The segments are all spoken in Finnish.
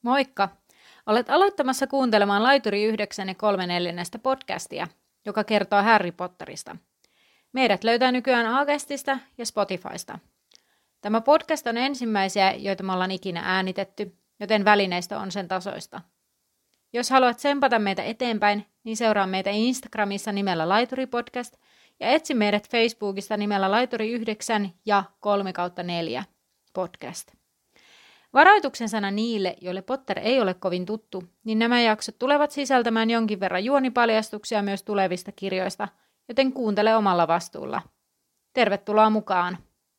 Moikka! Olet aloittamassa kuuntelemaan Laituri 9 ja 3/4 podcastia, joka kertoo Harry Potterista. Meidät löytää nykyään Augustista ja Spotifysta. Tämä podcast on ensimmäisiä, joita me ollaan ikinä äänitetty, joten välineistö on sen tasoista. Jos haluat tsempata meitä eteenpäin, niin seuraa meitä Instagramissa nimellä Laituri Podcast ja etsi meidät Facebookista nimellä Laituri 9 ja 3/4 podcast. Varoituksen sana niille, joille Potter ei ole kovin tuttu, niin nämä jaksot tulevat sisältämään jonkin verran juonipaljastuksia myös tulevista kirjoista, joten kuuntele omalla vastuulla. Tervetuloa mukaan!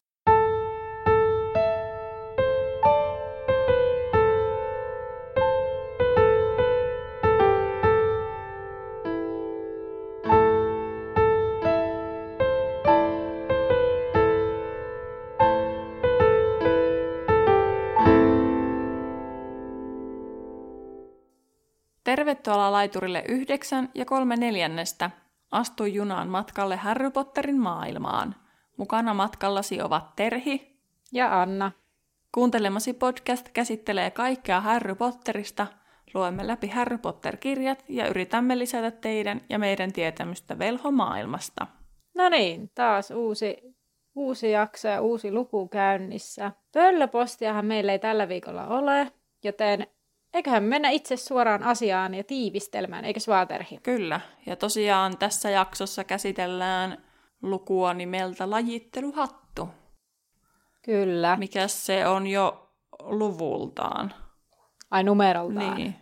Tervetuloa laiturille 9 ja 3/4. Astu junaan matkalle Harry Potterin maailmaan. Mukana matkallasi ovat Terhi ja Anna. Kuuntelemasi podcast käsittelee kaikkea Harry Potterista. Luemme läpi Harry Potter-kirjat ja yritämme lisätä teidän ja meidän tietämystä velhomaailmasta. No niin, taas uusi jakso ja uusi luku käynnissä. Pöllöpostiahan meillä ei tällä viikolla ole, joten eiköhän mennä itse suoraan asiaan ja tiivistelmään, eikös vaan Terhi? Kyllä, ja tosiaan tässä jaksossa käsitellään lukua nimeltä Lajitteluhattu. Kyllä. Mikä se on jo luvultaan? Ai numeroltaan? Niin.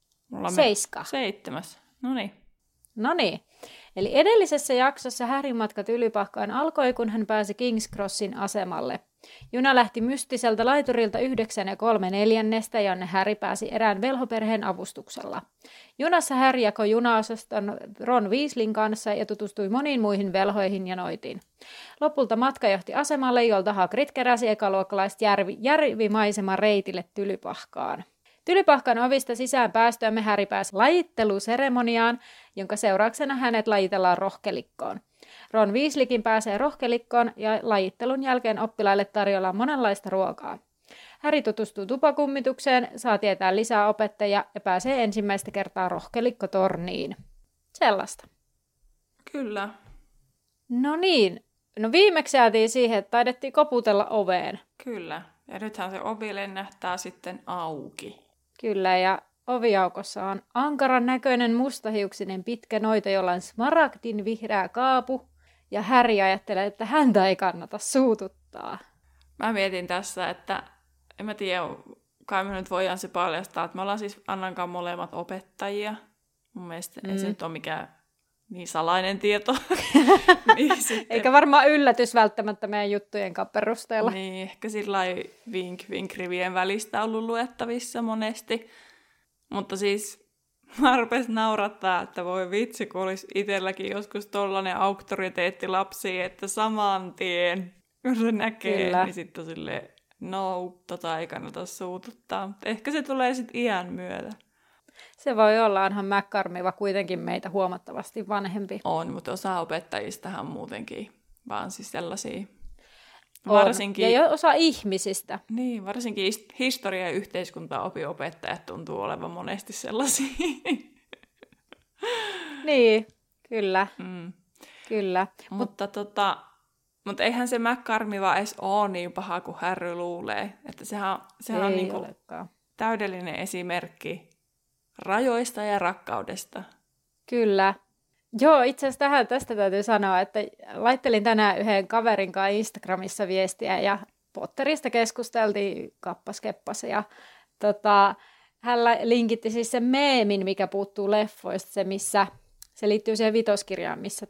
7. Noniin. Eli edellisessä jaksossa Harryn matka Tylypahkaan alkoi, kun hän pääsi King's Crossin asemalle. Juna lähti mystiseltä laiturilta 9 ja 3/4, jonne Harry pääsi erään velhoperheen avustuksella. Junassa Harry jakoi juna-osaston Ron Weasleyn kanssa ja tutustui moniin muihin velhoihin ja noitiin. Lopulta matka johti asemalle, jolta Hagrid keräsi ekaluokkalaiset järvimaiseman reitille Tylypahkaan. Tylypahkan ovista sisään päästyämme Harry pääsi lajitteluseremoniaan, jonka seurauksena hänet lajitellaan rohkelikkoon. Ron Weasleykin pääsee rohkelikkoon ja lajittelun jälkeen oppilaille tarjolla monenlaista ruokaa. Harry tutustuu tupakummitukseen, saa tietää lisää opettajia ja pääsee ensimmäistä kertaa rohkelikkotorniin. Sellaista. Kyllä. No niin. No viimeksi jäätiin siihen, että taidettiin koputella oveen. Kyllä. Ja nythän se ovi lennähtää sitten auki. Kyllä, ja oviaukossa on ankaran näköinen mustahiuksinen pitkä noita, jolla on smaragdin vihreä kaapu, ja Harry ajattelee, että häntä ei kannata suututtaa. Mä mietin tässä, että en mä tiedä, kai me nyt voidaan se paljastaa, että me ollaan siis Annankaan molemmat opettajia. Mun mielestä ei se nyt ole mikään niin salainen tieto. Niin sitten... Eikä varmaan yllätys välttämättä meidän juttujen perusteella. Niin, ehkä sillä vink rivien välistä ollut luettavissa monesti. Mutta siis mä rupesin naurattaa, että voi vitsi, kun olisi itselläkin joskus tollainen auktoriteettilapsi, että saman tien, kun se näkee, Kyllä. Niin sitten on silleen, no, ei kannata suututtaa. Mutta ehkä se tulee sitten iän myötä. Se voi olla, onhan McCormiva kuitenkin meitä huomattavasti vanhempi. On, mutta osa opettajistahan muutenkin, vaan siis sellaisia. Varsinkin... Ja osa ihmisistä. Niin, varsinkin historia- ja yhteiskuntaopinopettajat tuntuu olevan monesti sellaisia. Niin, kyllä. Kyllä. Mutta eihän se McCormiva edes ole niin paha kuin Harry luulee. Että sehän on niinku täydellinen esimerkki rajoista ja rakkaudesta. Kyllä. Joo, itse asiassa tästä täytyy sanoa, että laittelin tänään yhden kaverin kanssa Instagramissa viestiä ja Potterista keskusteltiin kappas. Ja hän linkitti siis sen meemin, mikä puuttuu leffoista, se liittyy siihen vitoskirjaan, missä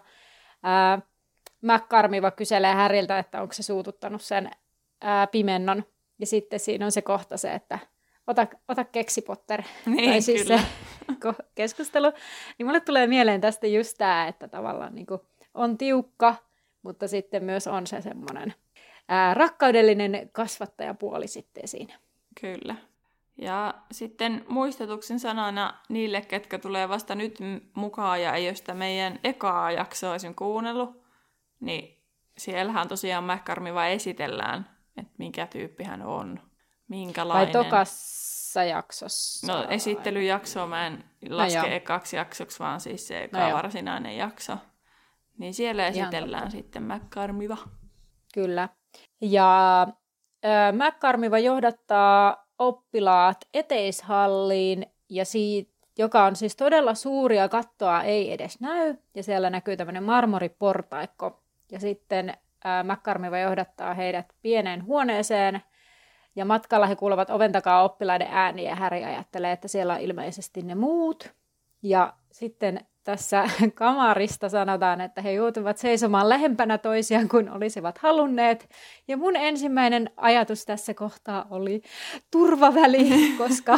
McCormiva kyselee Harryltä, että onko se suututtanut sen pimennon. Ja sitten siinä on se kohta se, että ota keksi Potter. Niin, tai siis kyllä. Se keskustelu. Niin mulle tulee mieleen tästä just tämä, että tavallaan niin kuin on tiukka, mutta sitten myös on se semmoinen rakkaudellinen kasvattajapuoli sitten siinä. Kyllä. Ja sitten muistutuksen sanana niille, ketkä tulee vasta nyt mukaan ja ei ole sitä meidän ekaa jaksoa esimerkiksi kuunnellut, niin siellähän tosiaan McCormiva esitellään, että minkä tyyppi hän on, minkälainen. Vai missä jaksossa? No esittelyjaksoa mä en laske ekaksi jaksoksi, vaan siis se varsinainen jakso. Niin siellä esitellään sitten McCormiva. Kyllä. Ja McCormiva johdattaa oppilaat eteishalliin, ja joka on siis todella suuri ja kattoa ei edes näy. Ja siellä näkyy tämmöinen marmoriportaikko. Ja sitten McCormiva johdattaa heidät pieneen huoneeseen. Ja matkalla he kuulevat oven takaa oppilaiden ääniä ja Harry ajattelee, että siellä on ilmeisesti ne muut. Ja sitten tässä kamarista sanotaan, että he joutuvat seisomaan lähempänä toisiaan kuin olisivat halunneet. Ja mun ensimmäinen ajatus tässä kohtaa oli turvaväli, koska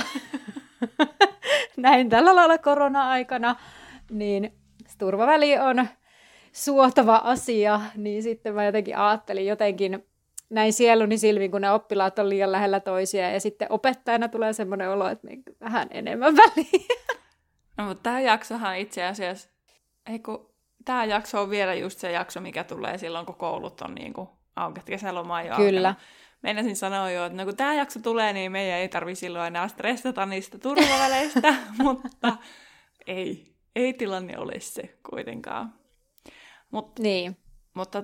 näin tällä lailla korona-aikana, niin turvaväli on suotava asia. Niin sitten mä jotenkin ajattelin näin sieluni silmin, kun ne oppilaat on liian lähellä toisiaan. Ja sitten opettajana tulee semmoinen olo, että vähän enemmän väliä. No, mutta tämä jaksohan itse asiassa, tämä jakso on vielä just se jakso, mikä tulee silloin, kun koulut on niin kuin auki, kesälomaa jo Kyllä. Meinasin sanoa jo, että kun tämä jakso tulee, niin meidän ei tarvitse silloin enää stressata niistä turvaväleistä, mutta ei tilanne ole se kuitenkaan. Niin. Mutta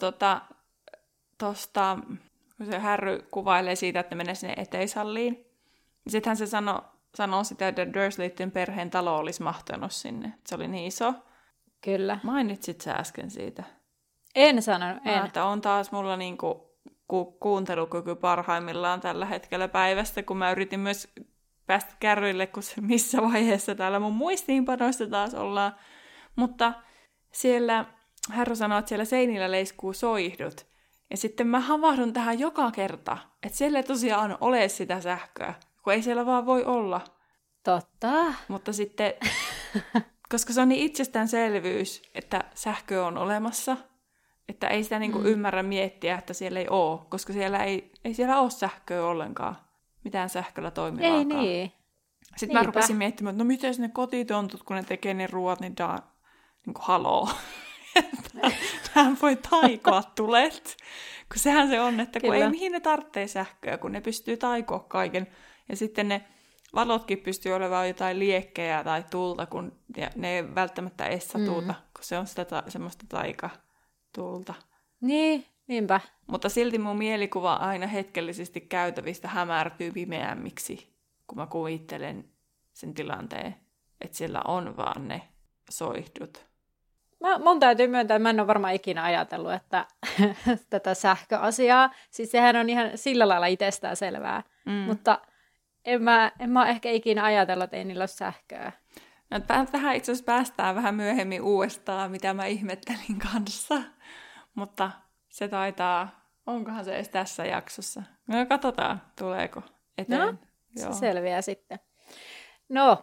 kun se Harry kuvailee siitä, että menee sinne eteishalliin, niin sittenhän se sanoo sitä, että Dursleyten perheen talo olisi mahtunut sinne. Se oli niin iso. Kyllä. Mainitsit sä äsken siitä? En sanonut, en. Että on taas mulla niinku kuuntelukyky parhaimmillaan tällä hetkellä päivästä, kun mä yritin myös päästä kärryille, kun se missä vaiheessa täällä mun muistiinpanoista taas ollaan. Mutta siellä Harry sanoo, että siellä seinillä leiskuu soihdut. Ja sitten mä havahdun tähän joka kerta, että siellä ei tosiaan ole sitä sähköä, kun ei siellä vaan voi olla. Totta. Mutta sitten, koska se on niin itsestäänselvyys, että sähkö on olemassa, että ei sitä niinku ymmärrä miettiä, että siellä ei ole, koska siellä ei siellä ole sähköä ollenkaan. Mitään sähköllä toimivaakaan. Ei niin. Sitten mä rupesin miettimään, että no miten ne kotitontut, kun ne tekee ne ruoat, niin niinku haloo. Tähän voi taikoa tulet. Kun sehän se on, että kun ei mihin ne tarvitsee sähköä, kun ne pystyy taikoa kaiken. Ja sitten ne valotkin pystyy olemaan jotain liekkejä tai tulta, kun ne ei välttämättä edes satuuta, kun se on sitä semmoista taikatulta. Niin, niinpä. Mutta silti mun mielikuva aina hetkellisesti käytävistä hämärtyy pimeämmiksi, kun mä kuvittelen sen tilanteen, että siellä on vaan ne soihdut. Mun täytyy myöntää, että mä en ole varmaan ikinä ajatellut, että tätä sähköasiaa, siis sehän on ihan sillä lailla itsestään selvää, mutta en mä ole ehkä ikinä ajatellut, että ei niillä ole sähköä. No, tähän itse asiassa päästään vähän myöhemmin uudestaan, mitä mä ihmettelin kanssa, mutta se onkohan se edes tässä jaksossa. No katsotaan, tuleeko eteen. No, se selviää sitten. No,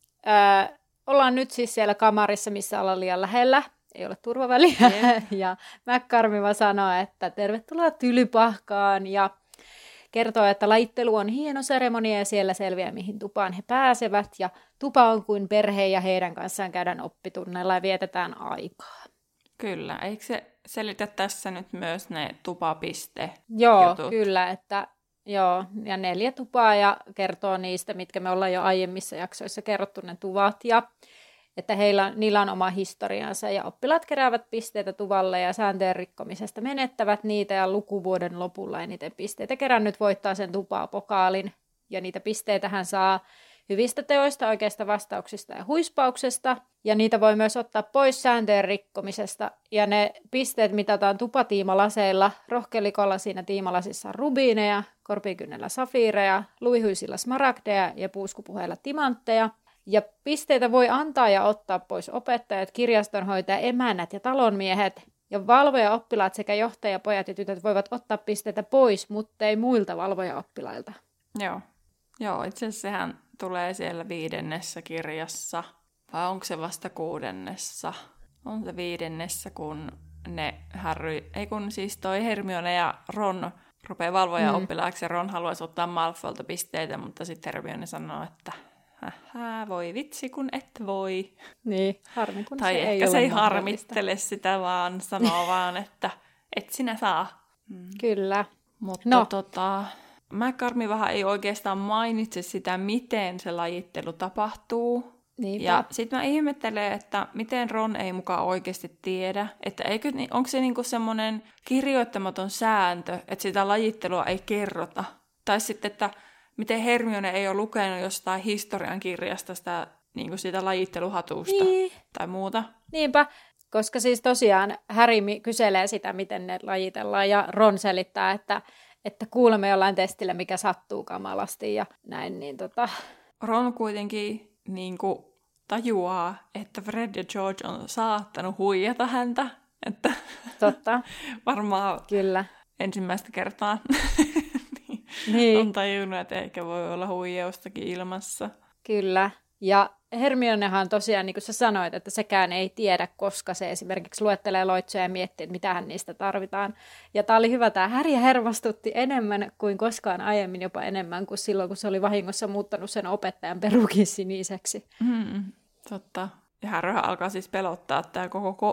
ollaan nyt siis siellä kamarissa, missä ollaan liian lähellä. Ei ole turvaväliä. Yeah. Ja McCormiva sanoo, että tervetuloa Tylypahkaan. Ja kertoo, että lajittelu on hieno seremonia ja siellä selviää, mihin tupaan he pääsevät. Ja tupa on kuin perhe ja heidän kanssaan käydään oppitunneilla ja vietetään aikaa. Kyllä. Eikö se selitä tässä nyt myös ne tupapiste? Joo, kyllä. Että joo, ja 4 tupaa ja kertoo niistä, mitkä me ollaan jo aiemmissa jaksoissa kerrottu, ne tuvat, ja että niillä on oma historiansa, ja oppilaat keräävät pisteitä tuvalle, ja sääntöjen rikkomisesta menettävät niitä, ja lukuvuoden lopulla eniten pisteitä kerännyt voittaa sen tupapokaalin, ja niitä pisteitä hän saa hyvistä teoista, oikeista vastauksista ja huispauksesta, ja niitä voi myös ottaa pois sääntöjen rikkomisesta, ja ne pisteet mitataan tupatiimalaseilla, rohkelikolla siinä tiimalasissa on rubiineja, korpikynnellä safiireja, luihuisilla smaragdeja ja puuskupuheilla timantteja, ja pisteitä voi antaa ja ottaa pois opettajat, kirjastonhoitajat, emännät ja talonmiehet, ja valvojaoppilaat sekä johtajapojat ja tytöt voivat ottaa pisteitä pois, mutta ei muilta valvojaoppilailta. Joo, itse asiassa sehän tulee siellä 5. kirjassa, vai onko se vasta 6? On se 5, kun kun siis toi Hermione ja Ron rupeaa valvoja-oppilaaksi, ja Ron haluaisi ottaa Malfoylta pisteitä, mutta sitten Hermione sanoo, että voi vitsi, kun et voi. Niin, harmi, kun tai se ehkä ei se ei ole harmittele sitä, vaan sanoo vaan, että et sinä saa. Kyllä. Mutta McCormick ei oikeastaan mainitse sitä, miten se lajittelu tapahtuu. Niinpä. Ja sitten mä ihmettelen, että miten Ron ei mukaan oikeasti tiedä, että onko se niinku semmoinen kirjoittamaton sääntö, että sitä lajittelua ei kerrota. Tai sitten, että miten Hermione ei ole lukenut jostain historian kirjasta sitä, niinku sitä lajitteluhatusta tai muuta. Niinpä, koska siis tosiaan Harry kyselee sitä, miten ne lajitellaan, ja Ron selittää, että kuulemme jollain testillä, mikä sattuu kamalasti ja näin. Niin Ron kuitenkin niinku tajuaa, että Fred ja George on saattanut huijata häntä. Että totta. Varmaan kyllä. Ensimmäistä kertaa niin. on tajunnut, että eikä voi olla huijaustakin ilmassa. Kyllä. Ja Hermionehan tosiaan, niin kuin sä sanoit, että sekään ei tiedä, koska se esimerkiksi luettelee loitsuja ja miettii, että mitähän niistä tarvitaan. Ja tää oli hyvä, tää Harry hermostutti enemmän kuin koskaan aiemmin, jopa enemmän kuin silloin, kun se oli vahingossa muuttanut sen opettajan perukin siniseksi. Totta. Ja Harryhän alkaa siis pelottaa tämä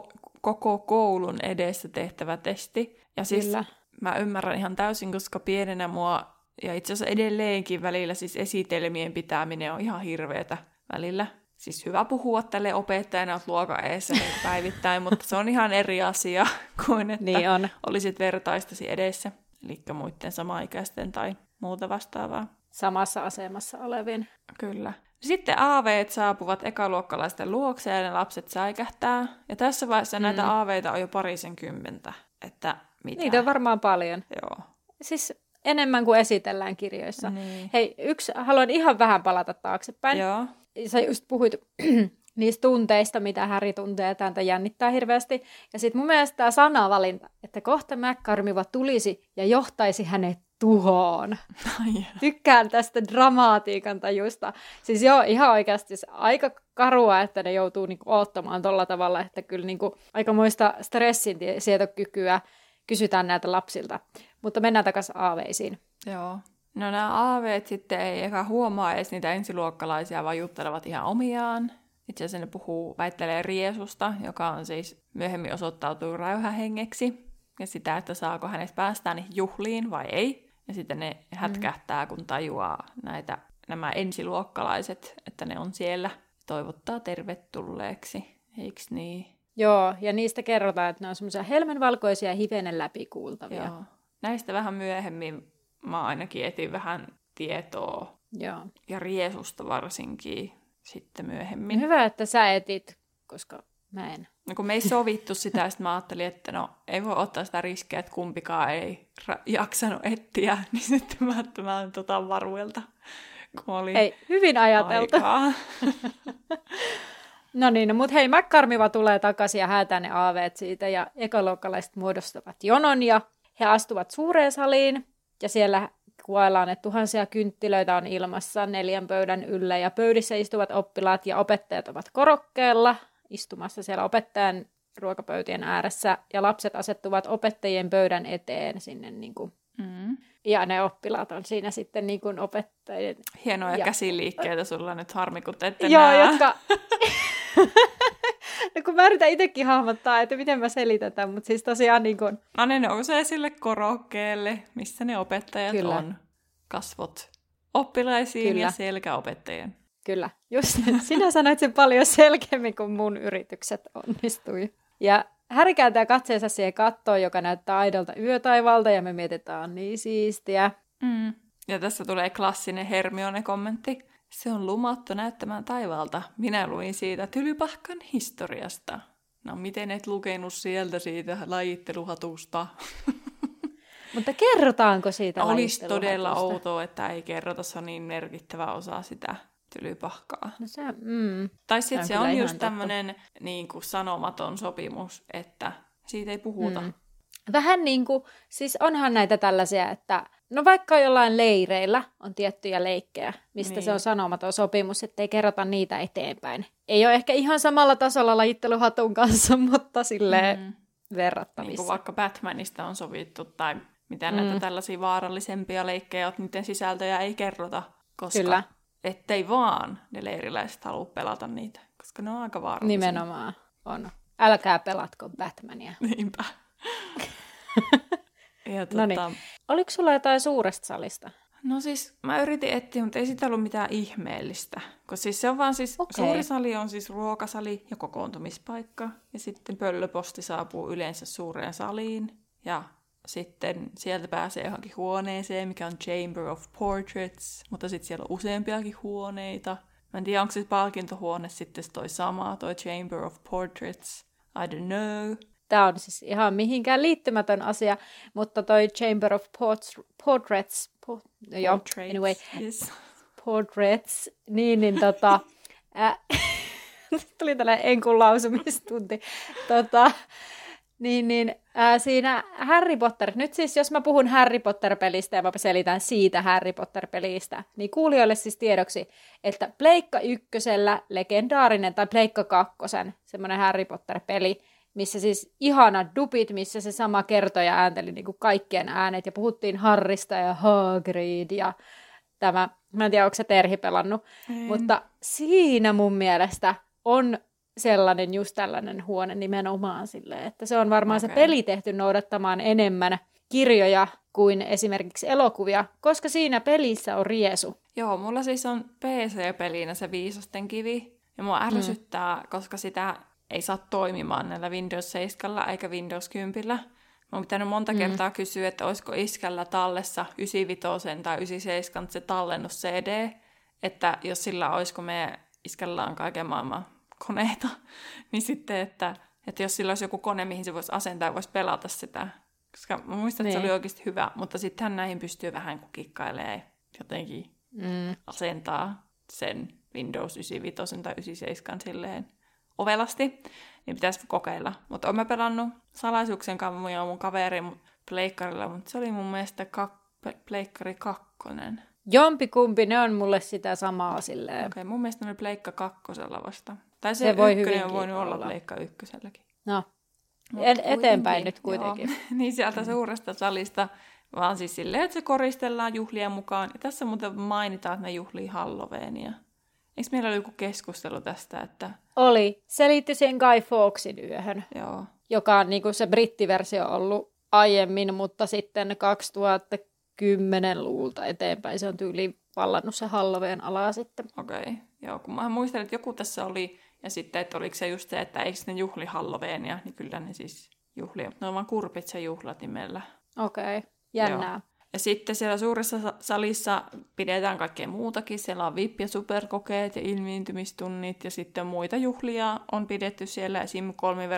koko koulun edessä tehtävä testi. Ja siis kyllä. Mä ymmärrän ihan täysin, koska pienenä mua, ja itse asiassa edelleenkin välillä siis esitelmien pitäminen on ihan hirveetä välillä. Siis hyvä puhua tälle opettajana luokan eessä päivittäin, mutta se on ihan eri asia kuin, että niin on. Olisit vertaistasi edessä. Eli muiden samaikäisten tai muuta vastaavaa. Samassa asemassa olevin. Kyllä. Sitten aaveet saapuvat ekaluokkalaisten luokse ja ne lapset säikähtää. Ja tässä vaiheessa näitä aaveita on jo 20. Että mitä? Niitä on varmaan paljon. Joo. Siis enemmän kuin esitellään kirjoissa. Niin. Hei, haluan ihan vähän palata taaksepäin. Joo. Sä just puhuit niistä tunteista, mitä Harry tuntee, että häntä jännittää hirveästi. Ja sitten mun mielestä tämä sanavalinta, että kohta McCormick tulisi ja johtaisi hänet tuhoon. Tykkään tästä dramaatiikan tajusta. Siis joo, ihan oikeasti aika karua, että ne joutuu niinku oottamaan tolla tavalla, että kyllä niinku aikamoista stressin sietokykyä kysytään näiltä lapsilta. Mutta mennään takaisin aaveisiin. Joo. No nämä aaveet sitten ei eka huomaa edes niitä ensiluokkalaisia, vaan juttelevat ihan omiaan. Itse asiassa ne väittelee Riesusta, joka on siis myöhemmin osoittautuu räyhähengeksi. Ja sitä, että saako hänestä päästään niihin juhliin vai ei. Ja sitten ne hätkähtää, kun tajuaa nämä ensiluokkalaiset, että ne on siellä. Toivottaa tervetulleeksi, eikö niin? Joo, ja niistä kerrotaan, että ne on semmoisia helmenvalkoisia ja hivenen läpikuultavia. Joo. Näistä vähän myöhemmin mä ainakin etin vähän tietoa. Joo. Ja Riesusta varsinkin sitten myöhemmin. Hyvä, että sä etit, koska mä en. No kun me ei sovittu sitä, sitten mä ajattelin, että no ei voi ottaa sitä riskiä, että kumpikaan ei jaksanut etsiä, niin sitten mä ajattelin, että mä otan varuilta, kun oli Ei, hyvin ajateltu. No niin, mutta hei, McCormick tulee takaisin ja häätää ne aaveet siitä, ja ekaluokkalaiset muodostavat jonon, ja he astuvat suureen saliin, ja siellä kuvaillaan, että tuhansia kynttilöitä on ilmassa 4 pöydän yllä, ja pöydissä istuvat oppilaat ja opettajat ovat korokkeella, istumassa siellä opettajan ruokapöytien ääressä, ja lapset asettuvat opettajien pöydän eteen sinne niin kuin. Ja ne oppilaat on siinä sitten niin kuin opettajien. Hienoja käsiliikkeitä sulla nyt, harmi kun ette joo, näe. jotka. No kun mä yritän itsekin hahmottaa, että miten mä selitän tämän, mutta siis tosiaan niin kuin. No ne nousee sille korokkeelle, missä ne opettajat Kyllä. on. Kasvot oppilaisiin Kyllä. ja selkä opettajien. Kyllä, just sinä sanoit sen paljon selkeämmin kuin mun yritykset onnistui. Ja Harry kääntää katseensa siihen kattoon, joka näyttää aidolta yötaivalta, ja me mietitään, niin siistiä. Ja tässä tulee klassinen Hermione-kommentti. Se on lumattu näyttämään taivaalta. Minä luin siitä Tylypahkan historiasta. No miten et lukenut siitä lajitteluhatusta? Mutta kerrotaanko siitä Olisi lajitteluhatusta? todella outoa, että ei kerrota, se on niin merkittävä osa sitä Tylypahkaa. No se, Tai sitten se on just ihan tämmöinen niin kuin sanomaton sopimus, että siitä ei puhuta. Vähän niin kuin, siis onhan näitä tällaisia, että no vaikka jollain leireillä on tiettyjä leikkejä, mistä niin. Se on sanomaton sopimus, ettei kerrota niitä eteenpäin. Ei ole ehkä ihan samalla tasolla lajitteluhatun kanssa, mutta silleen verrattavissa. Niin kuin vaikka Batmanista on sovittu, tai mitä näitä tällaisia vaarallisempia leikkejä, että niiden sisältöjä ei kerrota, koska Kyllä. ettei vaan ne leiriläiset halua pelata niitä, koska ne on aika vaarallisia. Nimenomaan on. Älkää pelatko Batmania. Niinpä. Ja Noniin. Oliko sulla jotain suuresta salista? No siis mä yritin etsiä, mutta ei sitä ollut mitään ihmeellistä. Koska siis se on vaan siis, suuri sali on siis ruokasali ja kokoontumispaikka. Ja sitten pöllöposti saapuu yleensä suureen saliin. Ja sitten sieltä pääsee johonkin huoneeseen, mikä on Chamber of Portraits. Mutta sitten siellä on useampiakin huoneita. Mä en tiedä, onko se palkintohuone sitten toi sama, toi Chamber of Portraits. I don't know. Tämä on siis ihan mihinkään liittymätön asia, mutta toi Chamber of Portraits, anyway, yes. Portraits, tuli tällainen enkun lausumistunti, siinä Harry Potter, nyt siis jos mä puhun Harry Potter-pelistä ja mä selitän siitä Harry Potter-pelistä, niin kuulijoille siis tiedoksi, että Pleikka ykkösellä legendaarinen tai Pleikka kakkosen semmoinen Harry Potter-peli, missä siis ihanat dupit, missä se sama kertoja äänteli niin kuin kaikkien äänet ja puhuttiin Harrista ja Hagrid ja tämä, mä en tiedä, onko se Terhi pelannut, mutta siinä mun mielestä on sellainen just tällainen huone nimenomaan silleen, että se on varmaan se peli tehty noudattamaan enemmän kirjoja kuin esimerkiksi elokuvia, koska siinä pelissä on riesu. Joo, mulla siis on PC-pelinä se Viisasten kivi, ja mua ärsyttää, koska sitä ei saa toimimaan näillä Windows 7 eikä Windows 10. Mä oon pitänyt monta kertaa kysyä, että olisiko iskällä tallessa 95 tai 97 se tallennus CD, että jos sillä olisiko meidän iskällä on kaiken maailman koneita, niin sitten, että jos sillä olisi joku kone, mihin se voisi asentaa ja voisi pelata sitä. Koska mä muistan, että se oli oikeasti hyvä, mutta sittenhän näihin pystyy vähän kun kikkailee jotenkin asentaa sen Windows 95 tai 97 silleen ovelasti, niin pitäisi kokeilla. Mutta olen mä pelannut salaisuuksien kanssa mun kaverin pleikkarilla, mutta se oli mun mielestä pleikkari 2. Jompikumpi, ne on mulle sitä samaa silleen. Okei, mun mielestä ne oli pleikka 2 vasta. Tai se voi ykkönen on voinut olla pleikka 1:lläkin. No, eteenpäin nyt kuitenkin. Joo. Niin sieltä suuresta salista, vaan siis silleen, että se koristellaan juhlien mukaan. Ja tässä muuten mainitaan, että ne juhlii Halloweenia. Eikö meillä ole joku keskustelu tästä, että... Oli. Se liittyi siihen Guy Fawkesin yöhön, Joo. joka on niin kuin se brittiversio ollut aiemmin, mutta sitten 2010-luvulta eteenpäin se on tyyliin vallannut se Halloween alaa sitten. Okei. Joo, kun mä muistelin, että joku tässä oli, ja sitten, että oliko se just se, että eikö ne juhli Halloweenia, niin kyllä ne siis juhlia. Mutta ne on vaan Kurpitsen juhlat nimellä. Okei, jännää. Joo. Ja sitten siellä suuressa salissa pidetään kaikkea muutakin. Siellä on VIP- ja superkokeet ja ilmiintymistunnit ja sitten muita juhlia on pidetty siellä. Esim.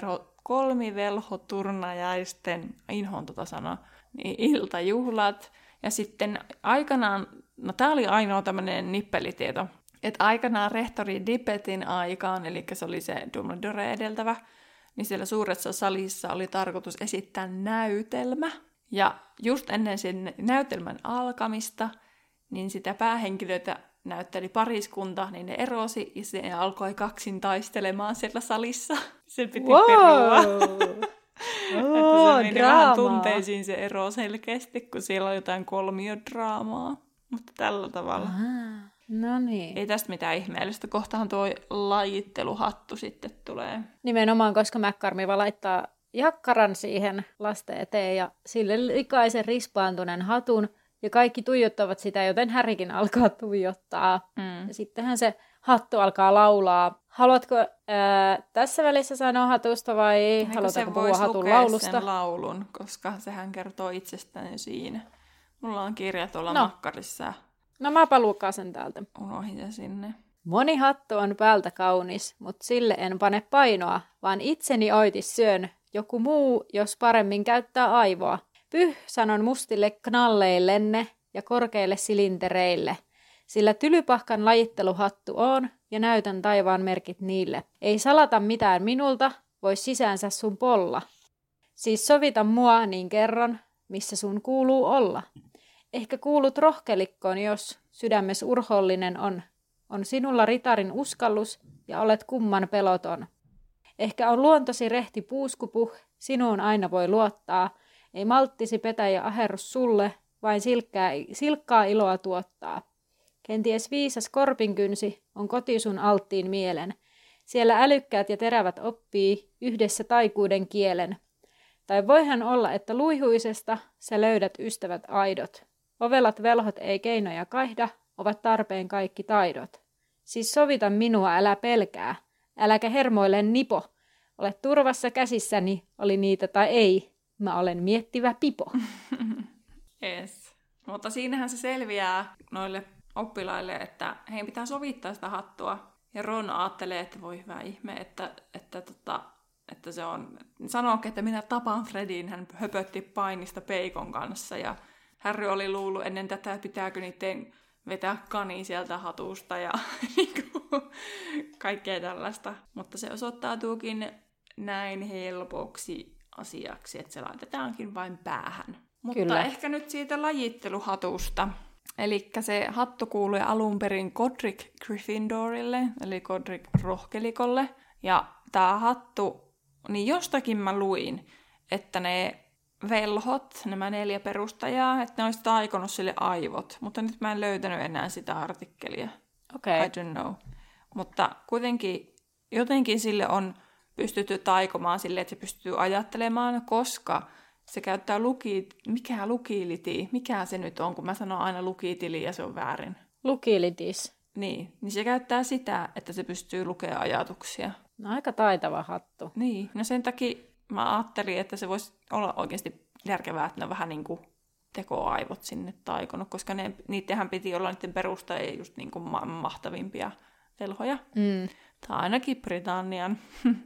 kolmivelhoturnajaisten, inhoon sanaa, niin iltajuhlat. Ja sitten aikanaan, no tää oli ainoa tämmöinen nippelitieto, että aikanaan rehtori Dippetin aikaan, eli se oli se Dumbledore edeltävä, niin siellä suuressa salissa oli tarkoitus esittää näytelmä. Ja just ennen sen näytelmän alkamista, niin sitä päähenkilöitä näytteli pariskunta, niin ne erosi ja se alkoi kaksin taistelemaan siellä salissa. Se piti perua. Että se meni vähän tunteisiin se ero selkeästi, kun siellä on jotain kolmiodraamaa. Mutta tällä tavalla. No niin. Ei tästä mitään ihmeellistä. Kohtahan tuo lajitteluhattu sitten tulee. Nimenomaan, koska McCormiva laittaa jakkaran siihen lasten eteen ja sille likaisen rispaantuneen hatun. Ja kaikki tuijottavat sitä, joten Harrykin alkaa tuijottaa. Ja sittenhän se hattu alkaa laulaa. Haluatko tässä välissä sanoa hatusta vai haluatko puhua hatun laulusta? Sen laulun, koska sehän kertoo itsestään siinä. Mulla on kirja tuolla makkarissa. No mäpä lukaan sen täältä. Unohin sen sinne. Moni hattu on päältä kaunis, mut sille en pane painoa, vaan itseni oitis syön. Joku muu, jos paremmin käyttää aivoa. Pyh, sanon mustille knalleillenne ja korkeille silintereille. Sillä Tylypahkan lajitteluhattu on ja näytän taivaan merkit niille. Ei salata mitään minulta, vois sisäänsä sun polla. Siis sovita mua, niin kerron, missä sun kuuluu olla. Ehkä kuulut rohkelikkoon, jos sydämes urhollinen on. On sinulla ritarin uskallus ja olet kumman peloton. Ehkä on luontosi rehti puuskupuh, sinuun aina voi luottaa. Ei malttisi petä ja aherrus sulle, vain silkkaa iloa tuottaa. Kenties viisas korpinkynsi on koti sun alttiin mielen. Siellä älykkäät ja terävät oppii yhdessä taikuuden kielen. Tai voihan olla, että luihuisesta sä löydät ystävät aidot. Ovelat velhot ei keinoja kaihda, ovat tarpeen kaikki taidot. Siis sovita minua, älä pelkää. Äläkä hermoile nipo. Olet turvassa käsissäni, oli niitä tai ei. Mä olen miettivä pipo. Yes. Mutta siinähän se selviää noille oppilaille, että heidän pitää sovittaa sitä hattua. Ja Ron ajattelee, että voi hyvä ihme, että se on... Sanoikin, että minä tapaan Fredin, hän höpötti painista peikon kanssa. Ja Harry oli luullut ennen tätä, pitääkö niiden vetää kani sieltä hatusta ja kaikkea tällaista. Mutta se osoittautuukin näin helpoksi asiaksi, että se laitetaankin vain päähän. Mutta Kyllä. ehkä nyt siitä lajitteluhatusta. Eli se hattu kuului alun perin Godric Gryffindorille, eli Godric Rohkelikolle. Ja tämä hattu, niin jostakin mä luin, että ne velhot, nämä 4 perustajaa, että ne olisi taikonut sille aivot. Mutta nyt mä en löytänyt enää sitä artikkelia. Okay. I don't know. Mutta kuitenkin jotenkin sille on pystytty taikomaan sille, että se pystyy ajattelemaan, koska se käyttää mikä lukiliti, mikä se nyt on, kun mä sanon aina lukitili ja se on väärin. Lukilitis. Niin se käyttää sitä, että se pystyy lukemaan ajatuksia. No, aika taitava hattu. Niin, no sen takia mä ajattelin, että se voisi olla oikeasti järkevää, että ne on vähän niin kuin tekoaivot sinne taikonut, koska niittenhän piti olla niiden perustajia just niin kuin mahtavimpia velhoja. Tai ainakin Britannian.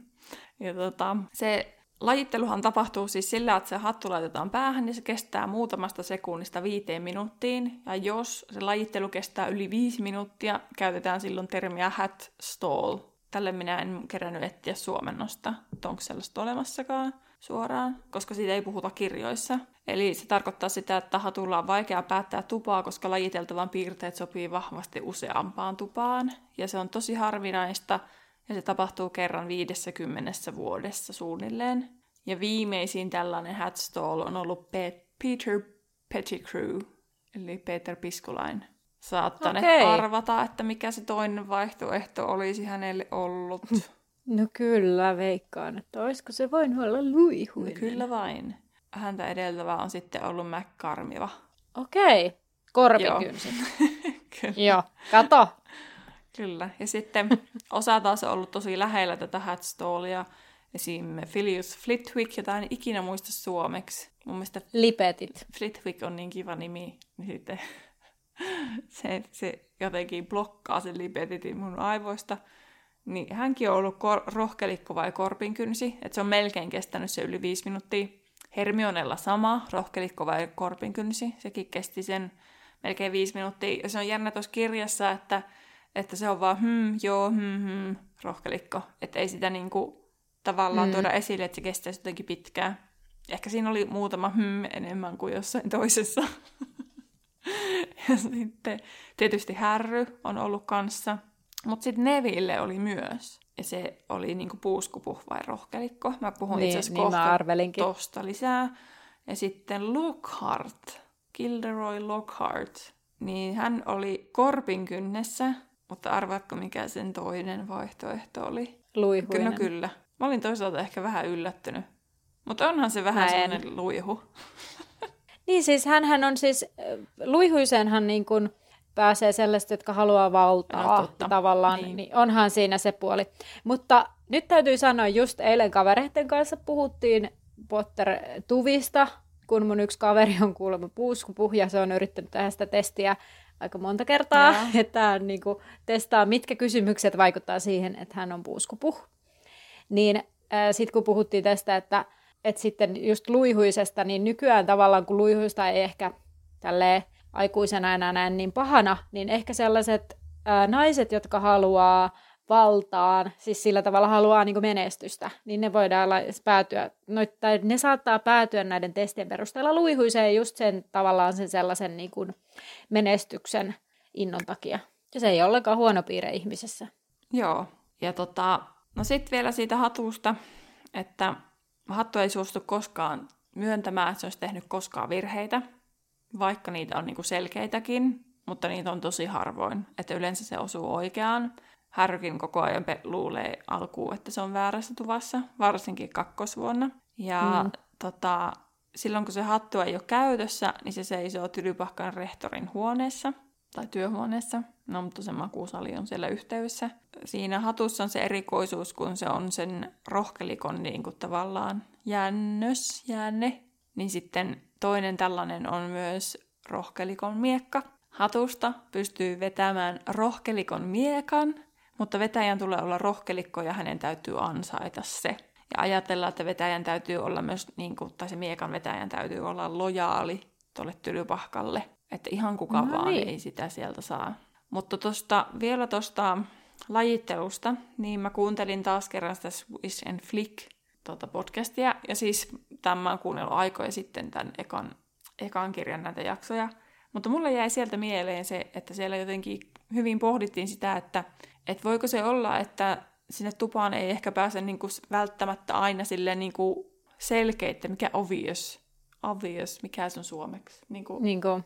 Ja se lajitteluhan tapahtuu siis sillä, että se hattu laitetaan päähän, niin se kestää muutamasta sekunnista 5 minuuttiin. Ja jos se lajittelu kestää yli 5 minuuttia, käytetään silloin termiä hat stall. Tälle minä en kerännyt etsiä suomennosta, että onko sellaista olemassakaan suoraan, koska siitä ei puhuta kirjoissa. Eli se tarkoittaa sitä, että hatulla on vaikea päättää tupaa, koska lajiteltavan piirteet sopii vahvasti useampaan tupaan. Ja se on tosi harvinaista, ja se tapahtuu kerran 50 vuodessa suunnilleen. Ja viimeisin tällainen hat stall on ollut Peter Pettigrew, eli Peter Piskulain. Saattaneet arvata, että mikä se toinen vaihtoehto olisi hänelle ollut. No kyllä, veikkaan, että olisiko se voinut olla luihuinen. No kyllä vain. Häntä edeltävä on sitten ollut McCarmiva. Okei, korpikynsi. Kyllä. Joo, kato. Kyllä. Ja sitten osa taas on ollut tosi lähellä tätä hatstallia. Esim. Filius Flitwick, jota en ikinä muista suomeksi. Mun mielestä Lipetit. Flitwick on niin kiva nimi. Niin sitten se jotenkin blokkaa sen lipetitin mun aivoista. Niin hänkin on ollut rohkelikko vai korpinkynsi. Että se on melkein kestänyt se yli 5 minuuttia. Hermionella sama, rohkelikko vai korpinkynsi. Sekin kesti sen melkein 5 minuuttia. Ja se on jännä tuossa kirjassa, että se on vaan rohkelikko. Että ei sitä niinku tavallaan tuoda esille, että se kestää jotenkin pitkään. Ehkä siinä oli muutama enemmän kuin jossain toisessa. Ja sitten tietysti Harry on ollut kanssa. Mutta sitten Neville oli myös. Ja se oli niinku puuskupuh vai rohkelikko. Mä puhun itse asiassa kohta tosta lisää. Ja sitten Lockhart, Gilderoy Lockhart. Niin hän oli korpinkynnessä. Mutta arvaatko, mikä sen toinen vaihtoehto oli? Luihuinen. No kyllä. Mä olin toisaalta ehkä vähän yllättynyt. Mutta onhan se vähän sellainen luihu. Niin siis hänhän on siis, luihuiseenhan niin kuin pääsee sellaiset, jotka haluaa valtaa tavallaan, niin onhan siinä se puoli. Mutta nyt täytyy sanoa, just eilen kavereiden kanssa puhuttiin Potter-tuvista, kun mun yksi kaveri on kuulemma puuskupuh, ja se on yrittänyt tehdä sitä testiä aika monta kertaa, että hän niin kuin testaa, mitkä kysymykset vaikuttaa siihen, että hän on puuskupuh. Niin sitten kun puhuttiin tästä, että sitten just luihuisesta, niin nykyään tavallaan kun luihuista ei ehkä tälleen aikuisena enää näe niin pahana, niin ehkä sellaiset naiset, jotka haluaa valtaan, siis sillä tavalla haluaa niin kuin menestystä, niin ne voidaan päätyä, tai ne saattaa päätyä näiden testien perusteella luihuiseen just sen tavallaan sen sellaisen niin kuin menestyksen innon takia. Ja se ei ole ollenkaan huono piirre ihmisessä. Joo, ja no sitten vielä siitä hatusta, että hattu ei suostu koskaan myöntämään, että se olisi tehnyt koskaan virheitä, vaikka niitä on niinku selkeitäkin, mutta niitä on tosi harvoin, että yleensä se osuu oikeaan. Harrykin koko ajan luulee alkuun, että se on väärässä tuvassa, varsinkin kakkosvuonna. Ja silloin kun se hattu ei ole käytössä, niin se seisoo Tylypahkan rehtorin huoneessa tai työhuoneessa. No, mutta se makuusali on siellä yhteydessä. Siinä hatussa on se erikoisuus, kun se on sen rohkelikon niin kuin tavallaan jäänne. Niin sitten toinen tällainen on myös rohkelikon miekka. Hatusta pystyy vetämään rohkelikon miekan, mutta vetäjän tulee olla rohkelikko ja hänen täytyy ansaita se. Ja ajatellaan, että vetäjän täytyy olla myös, tai se miekan vetäjän täytyy olla lojaali tuolle Tylypahkalle. Että ihan kuka vaan ei sitä sieltä saa. Mutta vielä tuosta lajittelusta, niin mä kuuntelin taas kerran sitä Swish and Flick podcastia. Ja siis tämän mä oon kuunnellut aikoja sitten tämän ekan kirjan näitä jaksoja. Mutta mulle jäi sieltä mieleen se, että siellä jotenkin hyvin pohdittiin sitä, että voiko se olla, että sinne tupaan ei ehkä pääse niinku välttämättä aina silleen niinku selkeitä, mikä obvious, mikä se on suomeksi? Niinku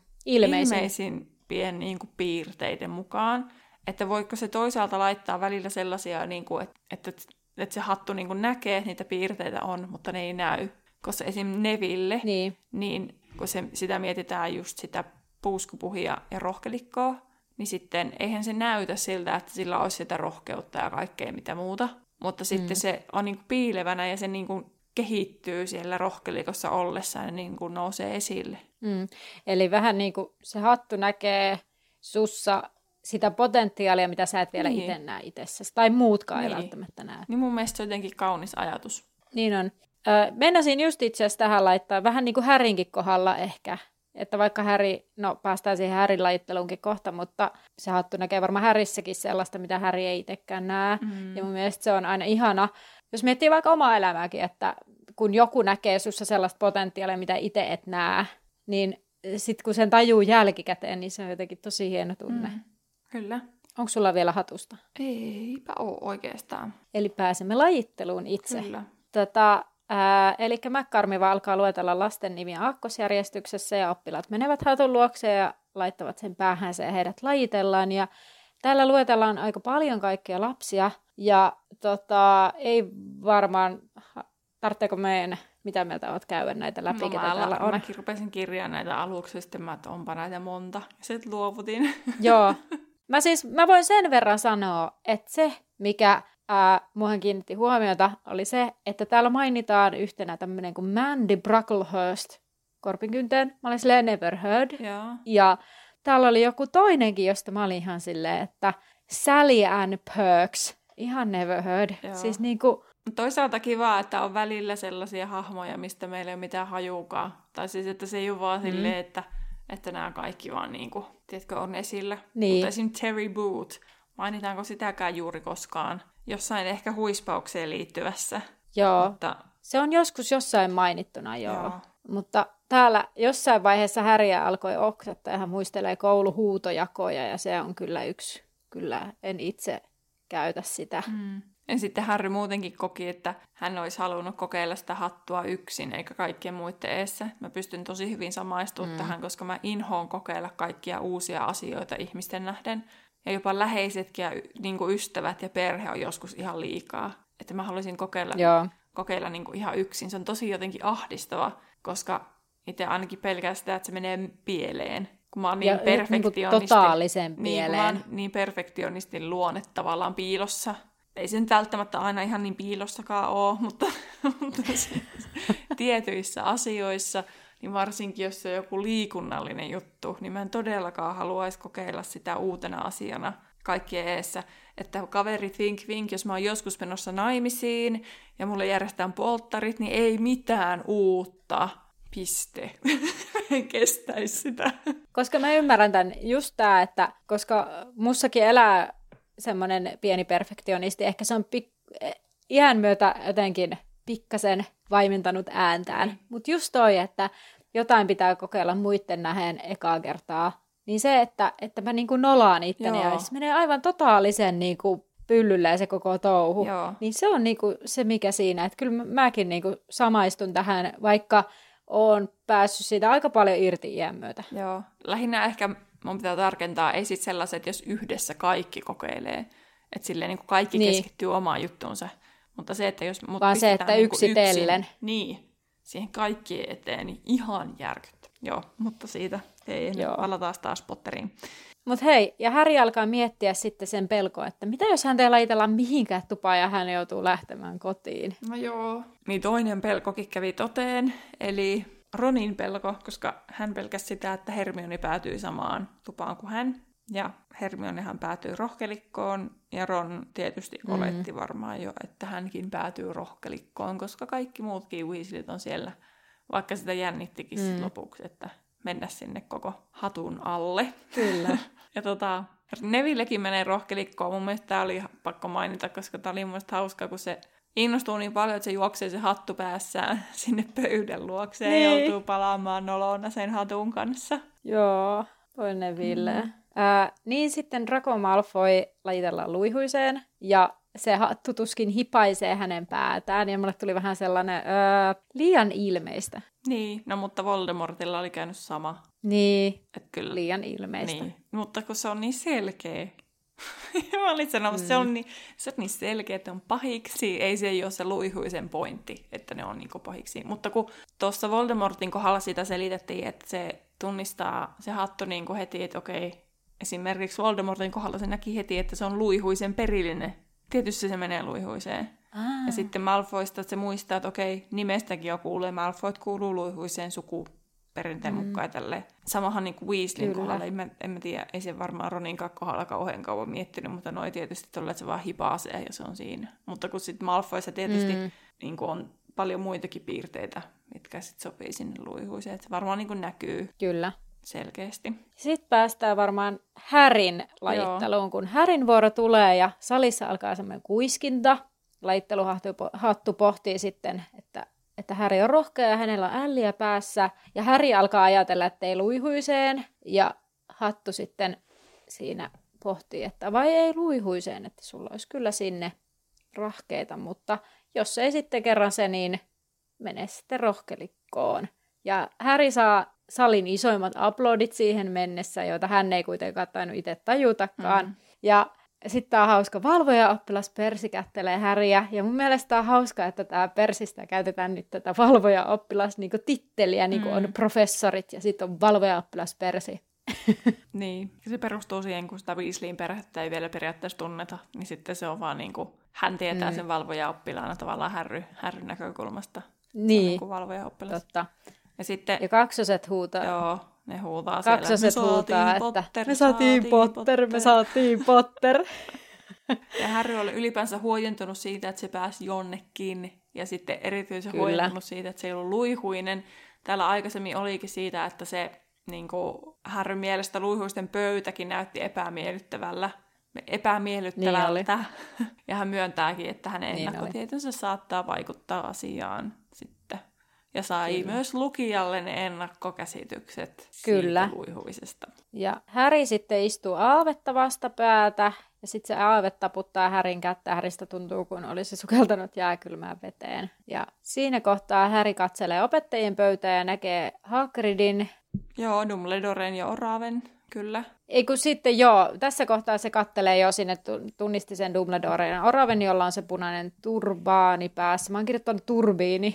ilmeisimpien niinku piirteiden mukaan. Että voiko se toisaalta laittaa välillä sellaisia, niinku, että se hattu niinku näkee, että niitä piirteitä on, mutta ne ei näy. Koska esim. Neville, niin kun sitä mietitään just sitä puuskupuhia ja rohkelikkoa, niin sitten eihän se näytä siltä, että sillä olisi sitä rohkeutta ja kaikkea mitä muuta. Mutta sitten se on niinku piilevänä ja se niinku kehittyy siellä rohkelikossa ollessaan ja niinku nousee esille. Eli vähän niin kuin se hattu näkee sussa sitä potentiaalia, mitä sä et vielä itse näe itsessäsi. Tai muutkaan ei välttämättä näe. Niin mun mielestä se on jotenkin kaunis ajatus. Niin on. Meinasin just itse asiassa tähän laittaa vähän niin kuin Harrynkin kohdalla ehkä. Että vaikka Harry, päästään siihen Harryn lajitteluunkin kohta, mutta se hattu näkee varmaan Harryssäkin sellaista, mitä Harry ei itsekään näe. Ja mun mielestä se on aina ihana, jos miettii vaikka omaa elämääkin, että kun joku näkee sussa sellaista potentiaalia, mitä itse et näe, niin sitten kun sen tajuu jälkikäteen, niin se on jotenkin tosi hieno tunne. Kyllä. Onko sulla vielä hatusta? Eipä ole oikeastaan. Eli pääsemme lajitteluun itse. Kyllä. Eli McCormiva alkaa luetella lasten nimiä aakkosjärjestyksessä ja oppilaat menevät hatun luokse ja laittavat sen päähänsä ja heidät lajitellaan. Ja täällä luetellaan aika paljon kaikkia lapsia ja ei varmaan, tarvitseeko meidän, mitä mieltä olet käydä näitä läpi, ketä täällä on? Mäkin rupesin kirjaamaan näitä aluksi ja sitten että onpa näitä monta ja sitten luovutin. Joo, mä voin sen verran sanoa, että se mikä muahan kiinnitti huomiota, oli se, että täällä mainitaan yhtenä tämmöinen kuin Mandy Brocklehurst korpinkynteen. Mä olin silleen never heard. Yeah. Ja täällä oli joku toinenkin, josta mä olin ihan silleen, että Sally Ann Perks. Ihan never heard. Yeah. Siis niinku... Toisaalta kiva, että on välillä sellaisia hahmoja, mistä meillä ei ole mitään hajuukaan. Tai siis, että se ei ole vaan silleen, että nämä kaikki vaan niinku, tiedätkö, on esillä. Niin. Mutta esimerkiksi Terry Boot. Mainitaanko sitäkään juuri koskaan? Jossain ehkä huispaukseen liittyvässä. Joo, mutta... se on joskus jossain mainittuna, joo. Mutta täällä jossain vaiheessa Harryä alkoi oksattaa ja hän muistelee kouluhuutojakoja ja se on kyllä kyllä en itse käytä sitä. Ja sitten Harry muutenkin koki, että hän olisi halunnut kokeilla sitä hattua yksin eikä kaikkien muiden eessä. Mä pystyn tosi hyvin samaistumaan tähän, koska mä inhoon kokeilla kaikkia uusia asioita ihmisten nähden. Ja jopa läheisetkin ja niin kuin ystävät ja perhe on joskus ihan liikaa. Että mä haluaisin kokeilla niin kuin ihan yksin. Se on tosi jotenkin ahdistava, koska itse ainakin pelkää sitä, että se menee pieleen. Kun mä oon niin perfektionisti. Niin totaalisen pieleen. Niin perfektionistin luonne tavallaan piilossa. Ei se nyt välttämättä aina ihan niin piilossakaan ole, mutta tietyissä asioissa, niin varsinkin jos se on joku liikunnallinen juttu, niin mä en todellakaan haluaisi kokeilla sitä uutena asiana kaikkien eessä. Että kaverit vink, jos mä oon joskus menossa naimisiin ja mulle järjestetään polttarit, niin ei mitään uutta. Piste. En kestäisi sitä. Koska mä ymmärrän tämän, just tää, että koska mussakin elää semmoinen pieni perfektionisti, ehkä se on iän myötä jotenkin pikkasen vaimentanut ääntään. Mutta just toi, että jotain pitää kokeilla muiden nähden ekaa kertaa, niin se, että mä niinku nolaan itteni ja se menee aivan totaalisen niinku pyllylleen se koko touhu, niin se on niinku se mikä siinä, että kyllä mäkin niinku samaistun tähän, vaikka oon päässyt siitä aika paljon irti iän myötä. Joo, lähinnä ehkä mun pitää tarkentaa, ei sit sellaiset, jos yhdessä kaikki kokeilee, että silleen niin kaikki keskittyy omaan juttuunsa, mutta se, että jos mut vaan se, että niin yksitellen. Yksin, niin, siihen kaikkien eteen, niin ihan järkyttä. Joo, mutta siitä ei palataan taas Potteriin. Mutta hei, ja Harry alkaa miettiä sitten sen pelkoa, että mitä jos hän ei laitella mihinkään tupaan ja hän joutuu lähtemään kotiin. No joo. Niin toinen pelkokin kävi toteen, eli Ronin pelko, koska hän pelkäsi sitä, että Hermione päätyy samaan tupaan kuin hän. Ja Hermionehan päätyy rohkelikkoon, ja Ron tietysti oletti varmaan jo, että hänkin päätyy rohkelikkoon, koska kaikki muutkin Weasleyt on siellä, vaikka sitä jännittikin lopuksi, että mennä sinne koko hatun alle. Kyllä. Ja Nevillekin menee rohkelikkoon. Mun mielestä tämä oli pakko mainita, koska tämä oli mun mielestä hauskaa, kun se innostuu niin paljon, että se juoksee se hattu päässään sinne pöydän luokseen ja joutuu palaamaan nolona sen hatun kanssa. Joo, toi Neville. Niin sitten Draco Malfoy lajitellaan luihuiseen, ja se hattu tuskin hipaisee hänen päätään, ja mulle tuli vähän sellainen liian ilmeistä. Niin, no mutta Voldemortilla oli käynyt sama. Niin, kyllä. Liian ilmeistä. Niin, mutta kun se on niin selkeä. Mä olin sanomassa, se on niin selkeä, että on pahiksi. Ei se ole se luihuisen pointti, että ne on niin pahiksi. Mutta kun tuossa Voldemortin kohdalla sitä selitettiin, että se tunnistaa se hattu niin heti, että okei, esimerkiksi Voldemortin kohdalla se näki heti, että se on luihuisen perillinen. Tietysti se menee luihuiseen. Ja sitten Malfoysta se muistaa, että okei, nimestäkin jo kuulee, Malfoyt kuuluu luihuiseen sukuperinteen mukaan tälleen. Samahan niin kuin Weasleyn kohdalla, en mä tiedä, ei se varmaan Roninkaan kohdalla kauhean kauan miettinyt, mutta noi tietysti tolle, että se vaan hipaasee ja se on siinä. Mutta kun sitten Malfoyssa tietysti niin kuin on paljon muitakin piirteitä, mitkä sitten sopii sinne luihuiseen, että se varmaan niin kuin näkyy. Kyllä. Selkeästi. Sitten päästään varmaan Harryn lajitteluun, kun Harryn vuoro tulee ja salissa alkaa semmoinen kuiskinta. Lajitteluhattu pohtii sitten, että Harry on rohkea ja hänellä on älliä päässä. Ja Harry alkaa ajatella, että ei luihuiseen. Ja hattu sitten siinä pohtii, että vai ei luihuiseen, että sulla olisi kyllä sinne rahkeita. Mutta jos ei sitten kerran se, niin mene sitten rohkelikkoon. Ja Harry saa salin isoimmat aplodit siihen mennessä, joita hän ei kuitenkaan tainnut itse tajutakaan. Ja sitten on hauska valvoja-oppilas Persi kättelee Harryä. Ja mun mielestä on hauska, että tämä Persistä käytetään nyt tätä valvoja-oppilas niinku titteliä, niin kuin on professorit ja sitten on valvoja-oppilas Persi. Niin, se perustuu siihen, kun sitä Weasleyn perhettä ei vielä periaatteessa tunneta, niin sitten se on vaan niin kuin, hän tietää sen valvoja-oppilaana tavallaan Harryn näkökulmasta. Niin, niin kuin valvoja-oppilas. Totta. Ja sitten, kaksoset huutaa. Joo, ne huutaa kaksoset siellä, huutaa, että me saatiin Potter. Ja Harry oli ylipäänsä huojentunut siitä, että se pääsi jonnekin. Ja sitten erityisen huojentunut siitä, että se ei ollut luihuinen. Täällä aikaisemmin olikin siitä, että se niin kuin Harryn mielestä luihuisten pöytäkin näytti epämiellyttävältä. Niin ja hän myöntääkin, että hänen ennakkotietonsa saattaa vaikuttaa asiaan sitten. Ja sai myös lukijalle ne ennakkokäsitykset siitä luihuisesta. Ja Harry sitten istuu aavetta vastapäätä, ja sitten se aave taputtaa Harryn kättä. Harrystä tuntuu, kun olisi sukeltanut jääkylmään veteen. Ja siinä kohtaa Harry katselee opettajien pöytää ja näkee Hagridin. Joo, Dumbledoren ja Oraven, kyllä. Ei kun sitten tässä kohtaa se kattelee jo sinne, tunnisti sen Dumbledoren ja Oraven, jolla on se punainen turbaani päässä. Mä oon kirjoittanut turbiini.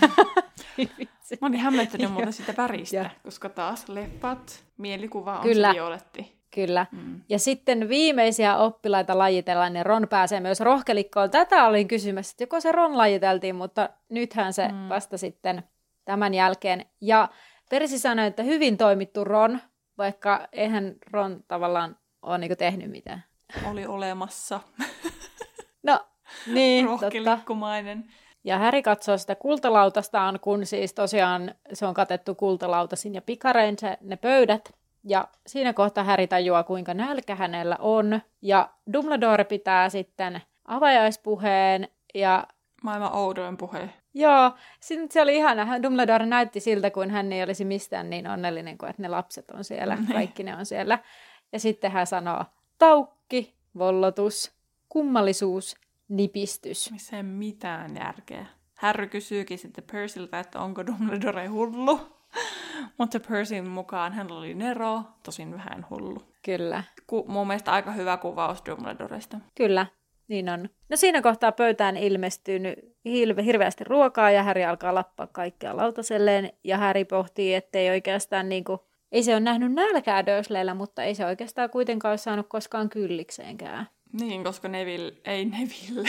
Mä olin hämmentynyt muuta sitä väristä, koska taas leppat, mielikuva on se violetti. Kyllä. Ja sitten viimeisiä oppilaita lajitellaan, ja Ron pääsee myös rohkelikkoon. Tätä olin kysymässä, että joko se Ron lajiteltiin, mutta nythän se vasta sitten tämän jälkeen. Ja Persi sanoi, että hyvin toimittu Ron, vaikka eihän Ron tavallaan ole niinku tehnyt mitään. Oli olemassa. No, niin, rohkelikkumainen. Ja Harry katsoo sitä kultalautastaan, kun siis tosiaan se on katettu kultalautasin ja pikarein ne pöydät. Ja siinä kohtaa Harry tajuaa, kuinka nälkä hänellä on. Ja Dumbledore pitää sitten avajaispuheen. Ja maailman oudoin puhe. Joo, se oli ihana. Dumbledore näytti siltä, kuin hän ei olisi mistään niin onnellinen kuin, että ne lapset on siellä. Kaikki ne on siellä. Ja sitten hän sanoo taukki, vollotus, kummallisuus, nipistys. Missä ei mitään järkeä. Harry kysyykin sitten Percyltä, että onko Dumbledore hullu. Mutta Percyn mukaan hän oli nero, tosin vähän hullu. Kyllä. Mun mielestä aika hyvä kuvaus Dumbledoresta. Kyllä, niin on. No siinä kohtaa pöytään ilmestynyt hirveästi ruokaa ja Harry alkaa lappaa kaikkea lautaselleen ja Harry pohtii, ettei oikeastaan ei se ole nähnyt nälkää Dursleyllä, mutta ei se oikeastaan kuitenkaan ole saanut koskaan kyllikseenkään. Niin, koska Neville.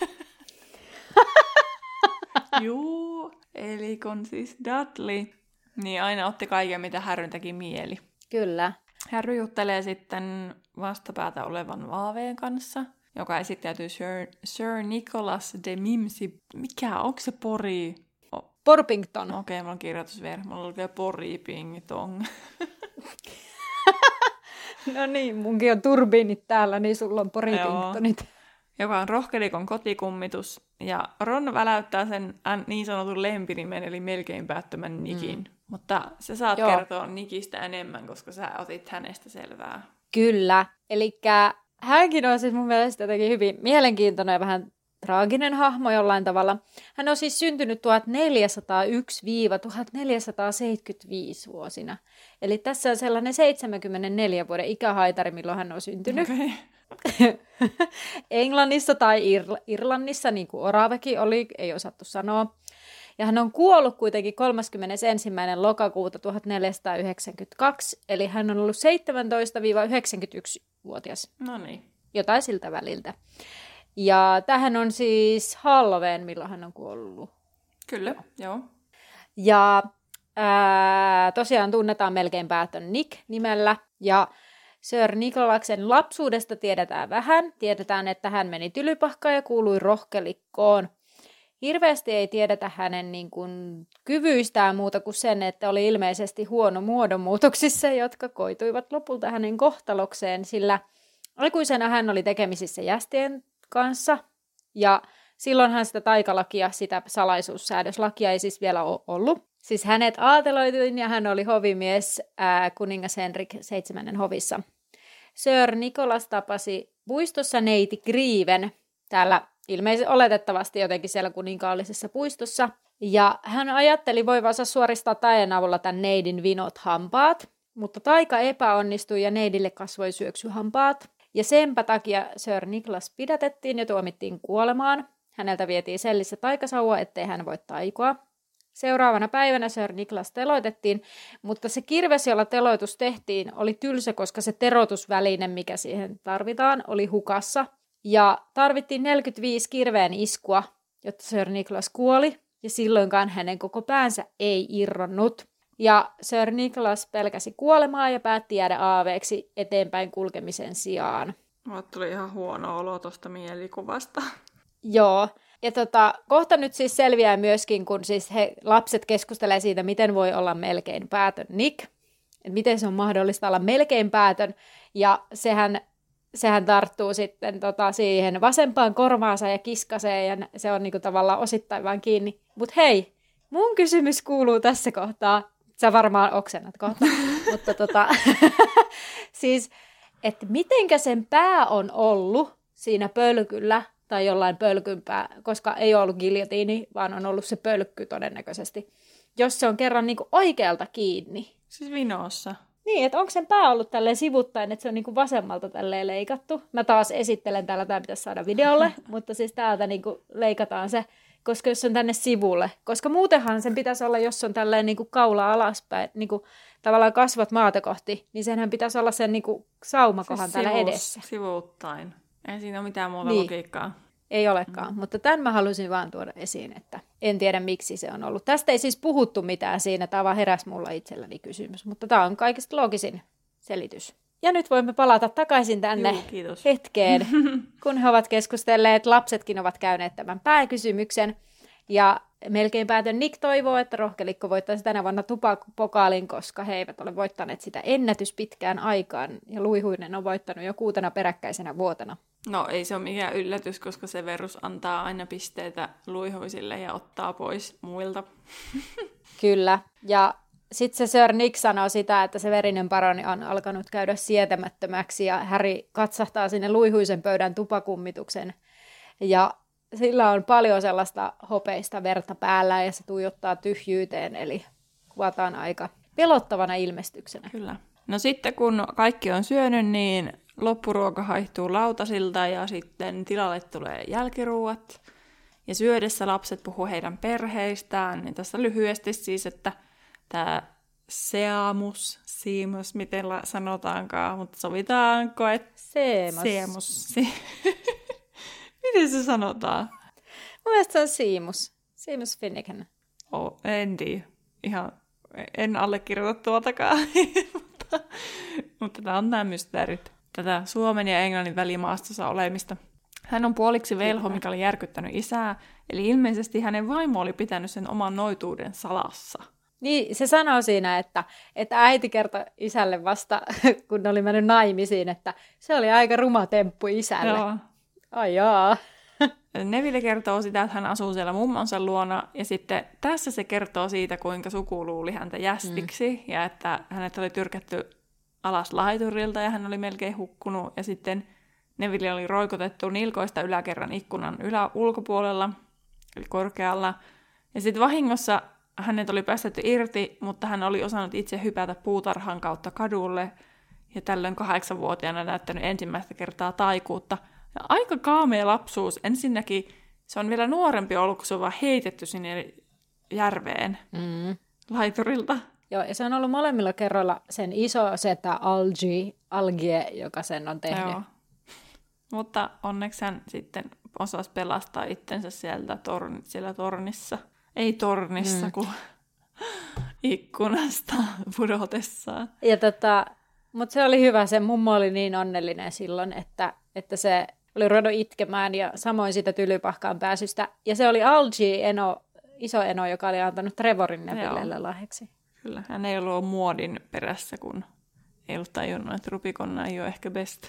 Juu, eli kun siis Dudley, niin aina otti kaiken, mitä Harryn teki mieli. Kyllä. Harry juttelee sitten vastapäätä olevan Vaaveen kanssa, joka esittäytyy Sir Nicholas de Mimsy. Onko se Pori? Porpington. Okei, mulla on kirjoitusvirhe. Mulla lukee Poripington. No niin, munkin on turbiinit täällä, niin sulla on Poripingtonit. Joka on rohkelikon kotikummitus. Ja Ron väläyttää sen niin sanotun lempinimen, eli melkein päättömän Nickin. Mutta sä saat kertoa Nickistä enemmän, koska sä otit hänestä selvää. Kyllä. Elikkä hänkin on siis mun mielestä jotenkin hyvin mielenkiintoinen ja vähän traaginen hahmo jollain tavalla. Hän on siis syntynyt 1401-1475 vuosina. Eli tässä on sellainen 74 vuoden ikähaitari, milloin hän on syntynyt. Okay. Englannissa tai Irlannissa, niin kuin Oravekin oli, ei osattu sanoa. Ja hän on kuollut kuitenkin 31. lokakuuta 1492, eli hän on ollut 17-91-vuotias. No niin. Jotain siltä väliltä. Ja tähän on siis Halloween, milloin hän on kuollut. Kyllä, joo. Ja tosiaan tunnetaan melkein päätön Nick nimellä. Ja Sir Nicholaksen lapsuudesta tiedetään vähän. Tiedetään, että hän meni Tylypahkaan ja kuului rohkelikkoon. Hirveästi ei tiedetä hänen kyvyistään muuta kuin sen, että oli ilmeisesti huono muodonmuutoksissa, jotka koituivat lopulta hänen kohtalokseen, sillä aikuisena hän oli tekemisissä jästien kanssa, ja silloinhan sitä taikalakia, sitä salaisuussäädöslakia ei siis vielä ollut. Siis hänet aateloitiin ja hän oli hovimies kuningas Henrik VII hovissa. Sir Nicholas tapasi puistossa neiti Greeven, täällä ilmeisesti oletettavasti jotenkin siellä kuninkaallisessa puistossa, ja hän ajatteli voivansa suoristaa taien avulla tämän neidin vinot hampaat, mutta taika epäonnistui ja neidille kasvoi syöksyhampaat. Ja senpä takia Sir Nicholas pidätettiin ja tuomittiin kuolemaan. Häneltä vietiin sellissä taikasauva, ettei hän voi taikoa. Seuraavana päivänä Sir Nicholas teloitettiin, mutta se kirves, jolla teloitus tehtiin, oli tylsä, koska se terotusväline, mikä siihen tarvitaan, oli hukassa. Ja tarvittiin 45 kirveen iskua, jotta Sir Nicholas kuoli, ja silloinkaan hänen koko päänsä ei irronnut. Ja Sir Nicholas pelkäsi kuolemaa ja päätti jäädä aaveeksi eteenpäin kulkemisen sijaan. Mulle tuli ihan huono olo tuosta mielikuvasta. Joo. Ja kohta nyt siis selviää myöskin, kun siis lapset keskustelee siitä, miten voi olla melkein päätön Nick. Että miten se on mahdollista olla melkein päätön. Ja sehän tarttuu sitten siihen vasempaan korvaansa ja kiskasee, ja se on niinku tavallaan osittain vaan kiinni. Mutta hei, mun kysymys kuuluu tässä kohtaa. Sä varmaan oksennat kohta. Mutta siis, että mitenkä sen pää on ollut siinä pölkyllä tai jollain pölkynpää, koska ei ollut giljotiini, vaan on ollut se pölkky todennäköisesti, jos se on kerran niinku oikealta kiinni. Siis vinossa. Niin, että onko sen pää ollut tälleen sivuttain, että se on niinku vasemmalta tälleen leikattu. Mä taas esittelen täällä, tämä pitäisi saada videolle, mutta siis täältä niinku leikataan se, koska jos on tänne sivulle. Koska muutenhan sen pitäisi olla, jos on tälleen niinku kaula alaspäin, niinku tavallaan kasvot maata kohti, niin senhän pitäisi olla sen niinku saumakohan siis täällä edessä. Sivuuttain. Ei siinä ole mitään muuta niin. logiikkaa. Ei olekaan, mutta tämän mä halusin vaan tuoda esiin, että en tiedä miksi se on ollut. Tästä ei siis puhuttu mitään siinä, tämä vaan heräsi mulla itselläni kysymys, mutta tämä on kaikista loogisin selitys. Ja nyt voimme palata takaisin tänne hetkeen, kun he ovat keskustelleet, lapsetkin ovat käyneet tämän pääkysymyksen. Ja melkein päätön Nick toivoo, että rohkelikko voittaisi tänä vuonna tupakopokaalin, koska he eivät ole voittaneet sitä ennätys pitkään aikaan. Ja Luihuinen on voittanut jo 6 peräkkäisenä vuotena. No ei se ole mikään yllätys, koska Severus antaa aina pisteitä Luihuisille ja ottaa pois muilta. Kyllä. Ja sitten se Sir Nick sanoo sitä, että se verinen paroni on alkanut käydä sietämättömäksi ja Harry katsahtaa sinne Luihuisen pöydän tupakummituksen. Ja sillä on paljon sellaista hopeista verta päällä ja se tuijottaa tyhjyyteen, eli kuvataan aika pelottavana ilmestyksenä. Kyllä. No sitten kun kaikki on syönyt, niin loppuruoka haihtuu lautasilta ja sitten tilalle tulee jälkiruuat. Ja syödessä lapset puhuu heidän perheistään, niin tässä lyhyesti siis, että tämä Seamus, miten sanotaankaan, mutta sovitaanko, että Seamus. Miten se sanotaan? Mun mielestä se on Seamus Finnegan. En tiedä. Ihan en allekirjoita tuotakaan, mutta tämä on nämä mysteerit. Tätä Suomen ja Englannin välimaastossa olemista. Hän on puoliksi velho, mikä oli järkyttänyt isää, eli ilmeisesti hänen vaimo oli pitänyt sen oman noituuden salassa. Niin, se sanoo siinä, että äiti kertoi isälle vasta, kun ne oli mennyt naimisiin, että se oli aika ruma temppu isälle. Joo. Ai jaa. Neville kertoo sitä, että hän asuu siellä mummonsa luona, ja sitten tässä se kertoo siitä, kuinka suku luuli häntä jästiksi, ja että hänet oli tyrkätty alas laiturilta, ja hän oli melkein hukkunut, ja sitten Neville oli roikotettu nilkoista yläkerran ikkunan ulkopuolella, eli korkealla, ja sitten vahingossa hänet oli päästetty irti, mutta hän oli osannut itse hypätä puutarhan kautta kadulle, ja tällöin 8-vuotiaana näyttänyt ensimmäistä kertaa taikuutta. Ja aika kaamea lapsuus. Ensinnäkin se on vielä nuorempi ollut, kun se on vaan heitetty sinne järveen laiturilta. Joo, ja se on ollut molemmilla kerroilla sen iso setä Algie, joka sen on tehnyt. Joo. Mutta onneksi hän sitten osasi pelastaa itsensä siellä tornissa. Ei tornissa, kun ikkunasta pudotessaan. Ja mutta se oli hyvä, se mummo oli niin onnellinen silloin, että se oli ruvennut itkemään ja samoin sitä Tylypahkaan pääsystä. Ja se oli Algie iso eno, joka oli antanut Trevorin Nevillelle lahjaksi. Kyllä, hän ei ollut muodin perässä, kun ei ollut tajunnut, että Rubiconna ei ole ehkä best.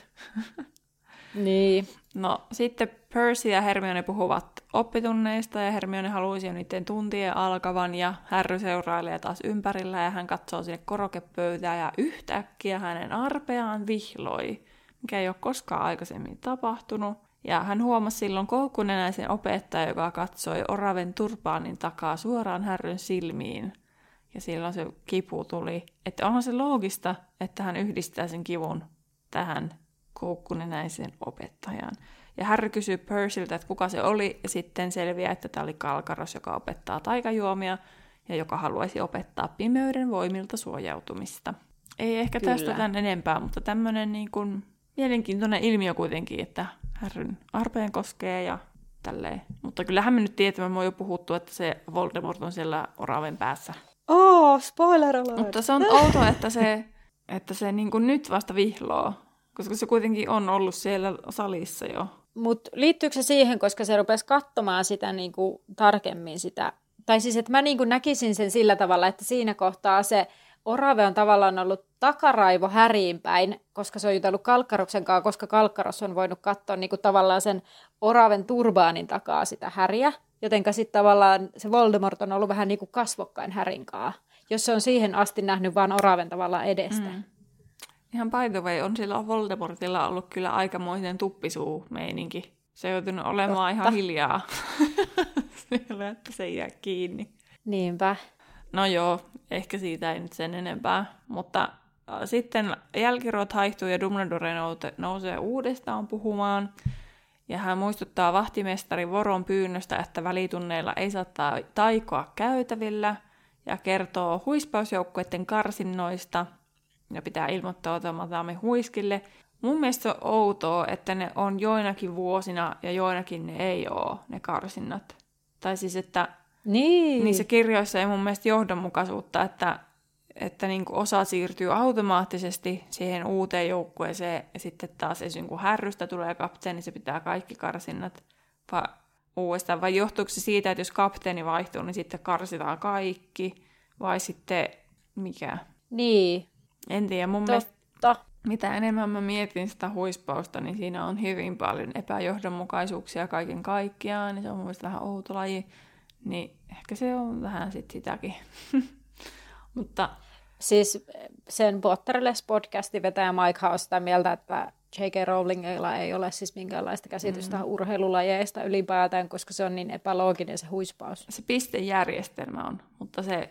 Niin. No sitten Percy ja Hermione puhuvat oppitunneista ja Hermione haluaisi jo niiden tuntien alkavan ja Harry seurailee taas ympärillä ja hän katsoo sinne korokepöytään ja yhtäkkiä hänen arpeaan vihloi, mikä ei ole koskaan aikaisemmin tapahtunut. Ja hän huomasi silloin koukkunenäisen opettaja, joka katsoi oraven turbaanin takaa suoraan Harryn silmiin. Ja silloin se kipu tuli. Että onhan se loogista, että hän yhdistää sen kivun tähän koukkunenäisen opettajan. Ja Harry kysyy Percyltä, että kuka se oli, ja sitten selviää, että tämä oli Kalkaros, joka opettaa taikajuomia, ja joka haluaisi opettaa pimeyden voimilta suojautumista. Ei ehkä tästä tämän enempää, mutta tämmöinen niin kuin mielenkiintoinen ilmiö kuitenkin, että Harryn arpeen koskee ja tälleen. Mutta kyllähän me nyt tiedämme, me on jo puhuttu, että se Voldemort on siellä oraven päässä. Spoiler alert! Mutta se on outoa, että se niin kuin nyt vasta vihloo. Koska se kuitenkin on ollut siellä salissa jo. Mutta liittyykö se siihen, koska se rupesi katsomaan sitä niinku tarkemmin sitä? Tai siis, että mä niinku näkisin sen sillä tavalla, että siinä kohtaa se orave on tavallaan ollut takaraivo Harryin päin, koska se on jutellut Kalkkaroksen kanssa, koska Kalkkaros on voinut katsoa niinku tavallaan sen oraven turbaanin takaa sitä Harryä. Jotenka sitten tavallaan se Voldemort on ollut vähän niinku kasvokkain Harryn kanssa, jos se on siihen asti nähnyt vaan oraven tavallaan edestä. Ihan by the way, on sillä Voldemortilla ollut kyllä aikamoinen tuppisuu-meininki. Se on joutunut olemaan ihan hiljaa. Siellä, että se ei jää kiinni. Niinpä. No joo, ehkä siitä ei nyt sen enempää. Mutta sitten jälkiruot haihtuu ja Dumbledore nousee uudestaan puhumaan. Ja hän muistuttaa vahtimestari Voron pyynnöstä, että välitunneilla ei saa taikoa käytävillä. Ja kertoo huispausjoukkueiden karsinnoista. Ja pitää ilmoittaa Madame Huiskille. Mun mielestä se on outoa, että ne on joinakin vuosina ja joinakin ne ei ole, ne karsinnat. Tai siis, että niissä kirjoissa ei mun mielestä johdonmukaisuutta, että niin kuin osa siirtyy automaattisesti siihen uuteen joukkueeseen ja sitten taas esimerkiksi kun Harrystä tulee kapteeni, niin se pitää kaikki karsinnat uudestaan. Vai johtuuko se siitä, että jos kapteeni vaihtuu, niin sitten karsitaan kaikki? Vai sitten mikä? Niin. En tiedä, mun mielestä mitä enemmän mä mietin sitä huispausta, niin siinä on hyvin paljon epäjohdonmukaisuuksia kaiken kaikkiaan, niin se on mun mielestä vähän outo laji, niin ehkä se on vähän sit sitäkin. Mutta siis sen Potterless-podcastin vetäjä Mike House sitä mieltä, että J.K. Rowlingilla ei ole siis minkäänlaista käsitystä urheilulajeista ylipäätään, koska se on niin epälooginen se huispaus. Se pistejärjestelmä on, mutta se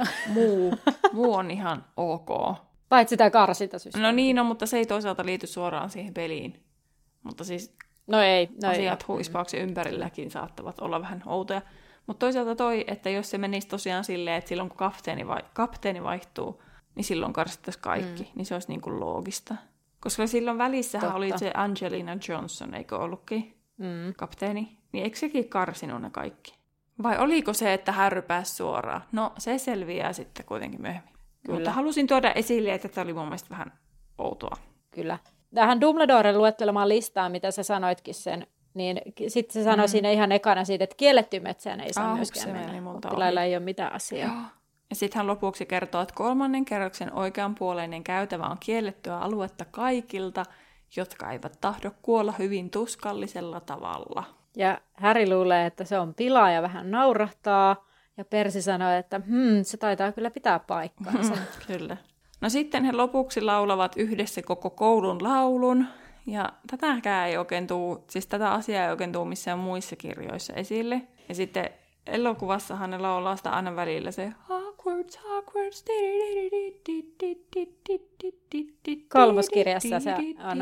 muu on ihan ok. Paitsi sitä karsintasysteemiä. No niin, mutta se ei toisaalta liity suoraan siihen peliin. Mutta siis No ei. Asiat huispauksen ympärilläkin saattavat olla vähän outoja. Mutta toisaalta että jos se menisi tosiaan silleen, että silloin kun kapteeni vaihtuu, niin silloin karsittaisiin kaikki, niin se olisi niin kuin loogista. Koska silloin välissähän oli se Angelina Johnson, eikö ollutkin kapteeni? Niin eikö sekin karsinut ne kaikki? Vai oliko se, että Harry pääsi suoraan? No, se selviää sitten kuitenkin myöhemmin. Kyllä. Mutta halusin tuoda esille, että tämä oli mun mielestä vähän outoa. Kyllä. Tähän Dumbledoren luettelemaan listaan, mitä sä sanoitkin sen, niin sitten se sanoi siinä ihan ekana siitä, että kielletty metsään ei saa myöskään mennä. Oppilailla ei ole mitään asiaa. Joo. Ja sitten hän lopuksi kertoo, että 3. kerroksen oikeanpuoleinen käytävä on kiellettyä aluetta kaikilta, jotka eivät tahdo kuolla hyvin tuskallisella tavalla. Ja Harry luulee, että se on pilaa ja vähän naurahtaa. Ja Percy sanoo, että se taitaa kyllä pitää paikkaansa. Kyllä. No sitten he lopuksi laulavat yhdessä koko koulun laulun. Ja tätäkään ei oikein tätä asiaa ei oikein tule missään muissa kirjoissa esille. Ja sitten elokuvassahan ne laulaa sitä aina välillä se Hogwarts. 3. kirjassa se on.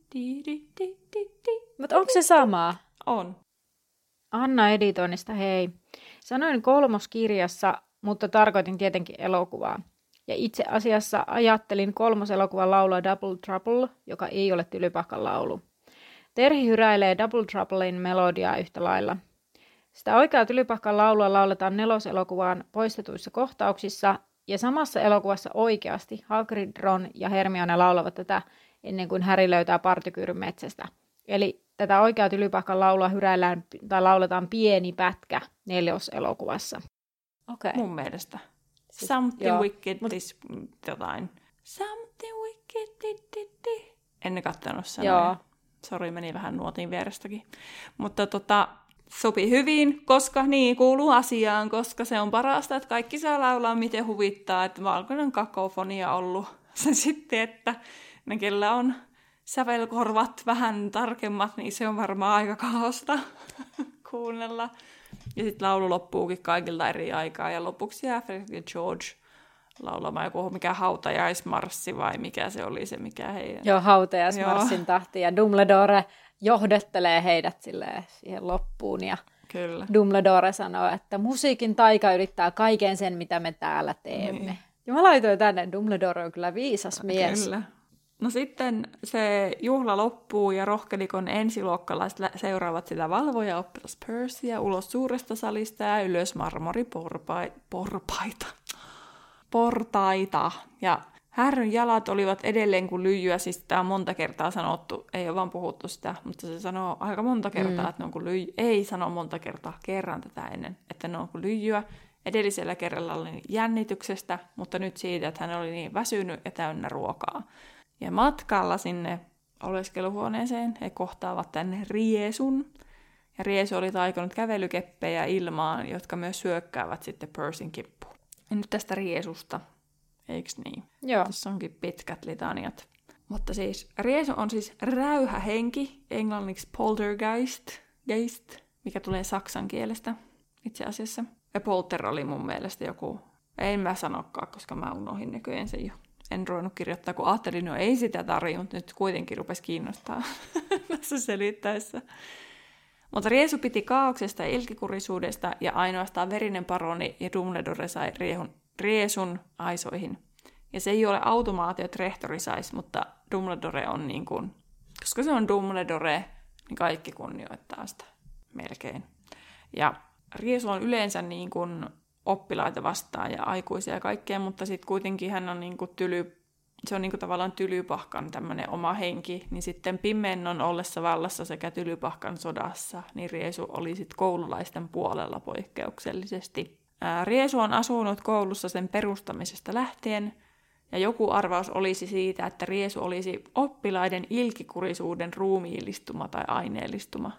Mutta onko se sama? On. Anna editoinnista, hei. Sanoin 3. kirjassa, mutta tarkoitin tietenkin elokuvaa. Ja itse asiassa ajattelin 3. elokuvan laulua Double Trouble, joka ei ole Tylypahkan laulu. Terhi hyräilee Double Troublein melodiaa yhtä lailla. Sitä oikeaa Tylypahkan laulua lauletaan 4. elokuvaan poistetuissa kohtauksissa, ja samassa elokuvassa oikeasti Hagrid, Ron ja Hermione laulavat tätä ennen kuin Harry löytää partykyyryn metsästä. Eli tätä oikeaa Tylypahkan laulua hyräillään tai lauletaan pieni pätkä 4. elokuvassa. Okay. Mun mielestä. Something wicked is jotain. Something wicked. En katsonut sanoja. Sori, meni vähän nuotin vierestäkin. Mutta sopi hyvin, koska niin kuuluu asiaan, koska se on parasta, että kaikki saa laulaa miten huvittaa. Että valkoinen kakofonia ollut se sitten, että ne kellä on sävelkorvat vähän tarkemmat, niin se on varmaan aika kaaosta kuunnella. Ja sitten laulu loppuukin kaikilta eri aikaa. Ja lopuksi jää Fred ja George laulamaan joku mikä hautajaismarssi vai mikä se oli se, mikä heidän... Joo, hautajaismarssin tahti. Ja Dumbledore johdattelee heidät siihen loppuun. Ja kyllä. Dumbledore sanoo, että musiikin taika ylittää kaiken sen, mitä me täällä teemme. Niin. Ja mä laitoin tänne, Dumbledore on kyllä viisas mies. Kyllä. No sitten se juhla loppuu ja rohkelikon ensiluokkalaiset seuraavat sitä valvojaoppilas Percyä ulos suuresta salista ja ylös portaita. Ja Harryn jalat olivat edelleen kuin lyijyä, siis tämä on monta kertaa sanottu, ei ole vaan puhuttu sitä, mutta se sanoo aika monta kertaa, että ne on kuin lyijyä. Ei sano monta kertaa, kerran tätä ennen, että ne on kuin lyijyä. Edellisellä kerralla oli jännityksestä, mutta nyt siitä, että hän oli niin väsynyt ja täynnä ruokaa. Ja matkalla sinne oleskeluhuoneeseen he kohtaavat tänne Riesun. Ja Riesu oli taikonut kävelykeppejä ilmaan, jotka myös syökkäävät sitten Percyn kimppuun. Ja nyt tästä Riesusta, eiks niin? Joo. Tässä onkin pitkät litaniat. Mutta siis Riesu on siis räyhähenki, englanniksi poltergeist, mikä tulee saksan kielestä itse asiassa. Ja polter oli mun mielestä joku, en mä sanokaan, koska mä unohdin näköjään sen jo. En ruvennut kirjoittaa, kun ajattelin, no ei sitä tarjonnut, nyt kuitenkin rupesi kiinnostaa tässä selittäessä. Mutta Riesu piti kaauksesta ja ilkikurisuudesta, ja ainoastaan verinen paroni ja Dumbledore sai Riesun aisoihin. Ja se ei ole automaatio, että rehtori saisi, mutta Dumbledore on niin kuin, koska se on Dumbledore, niin kaikki kunnioittaa sitä melkein. Ja Riesu on yleensä niin kuin oppilaita vastaan ja aikuisia ja kaikkea, mutta sitten kuitenkin hän on niinku se on niinku tavallaan Tylypahkan tämmöinen oma henki, niin sitten Pimennon ollessa vallassa sekä Tylypahkan sodassa, niin Riesu oli sitten koululaisten puolella poikkeuksellisesti. Riesu on asunut koulussa sen perustamisesta lähtien, ja joku arvaus olisi siitä, että Riesu olisi oppilaiden ilkikurisuuden ruumiillistuma tai aineellistuma.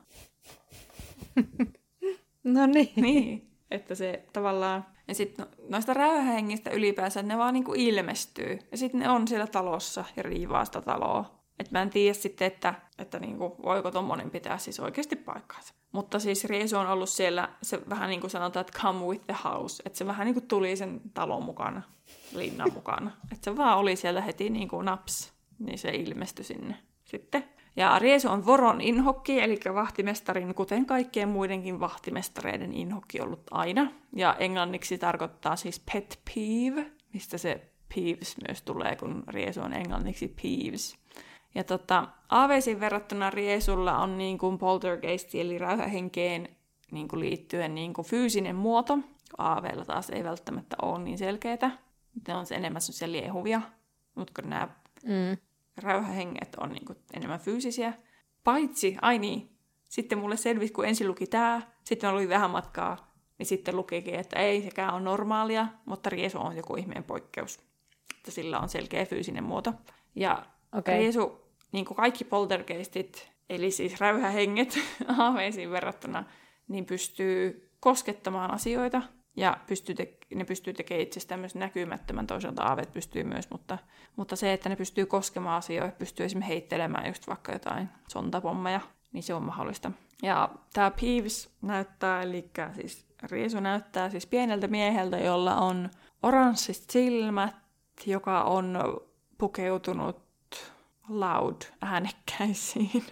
No niin. Niin. Että se tavallaan, ja sitten noista räyhähengistä ylipäänsä ne vaan niinku ilmestyy. Ja sitten ne on siellä talossa ja riivaa sitä taloa. Että mä en tiedä sitten, että niinku, voiko tommonen pitää siis oikeasti paikkaansa. Mutta siis Riesu on ollut siellä, se vähän niin kuin sanotaan, että come with the house. Että se vähän niin kuin tuli sen talon mukana, linnan mukana. Että se vaan oli siellä heti niin kuin naps, niin se ilmestyi sinne sitten. Ja Riesu on Voron inhokki, eli vahtimestarin, kuten kaikkien muidenkin vahtimestareiden inhokki ollut aina. Ja englanniksi tarkoittaa siis pet peeve, mistä se peeves myös tulee, kun Riesu on englanniksi peeves. Ja aaveisiin verrattuna Riesulla on niin kuin poltergeist, eli räyhähenkeen niin kuin liittyen niin kuin fyysinen muoto. Aaveilla taas ei välttämättä ole niin selkeitä. Ne on enemmän sellaisia liehuvia, mutta kun nämä räyhähenget on niin kuin enemmän fyysisiä. Paitsi, sitten mulle selvisi, kun ensin luki tämä, sitten mä luin vähän matkaa, niin sitten lukikin, että ei sekään on normaalia, mutta Riesu on joku ihmeen poikkeus. Että sillä on selkeä fyysinen muoto. Ja Riesu, niin kuin kaikki poltergeistit, eli siis räyhähenget aaveisiin verrattuna, niin pystyy koskettamaan asioita ja ne pystyy tekemään itsestään myös näkymättömän, toisaalta aaveet pystyy myös, mutta se, että ne pystyy koskemaan asioita, pystyy esimerkiksi heittelemään just vaikka jotain sontapommeja, niin se on mahdollista. Ja tämä Peeves näyttää, eli siis Riesu näyttää siis pieneltä mieheltä, jolla on oranssit silmät, joka on pukeutunut loud äänekkäisiin.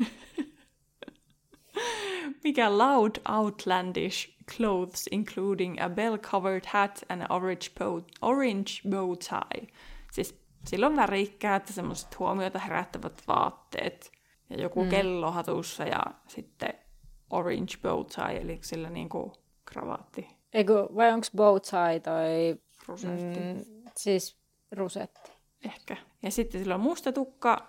Mikä loud outlandish clothes including a bell-covered hat and an orange bow tie. Siis sillä on värikkäät ja semmoiset huomiota herättävät vaatteet ja joku kello hatussa ja sitten orange bow tie, eli sillä niinku kravaatti. Vai onko bow tie toi rusetti? Siis rusetti. Ehkä. Ja sitten sillä on musta tukka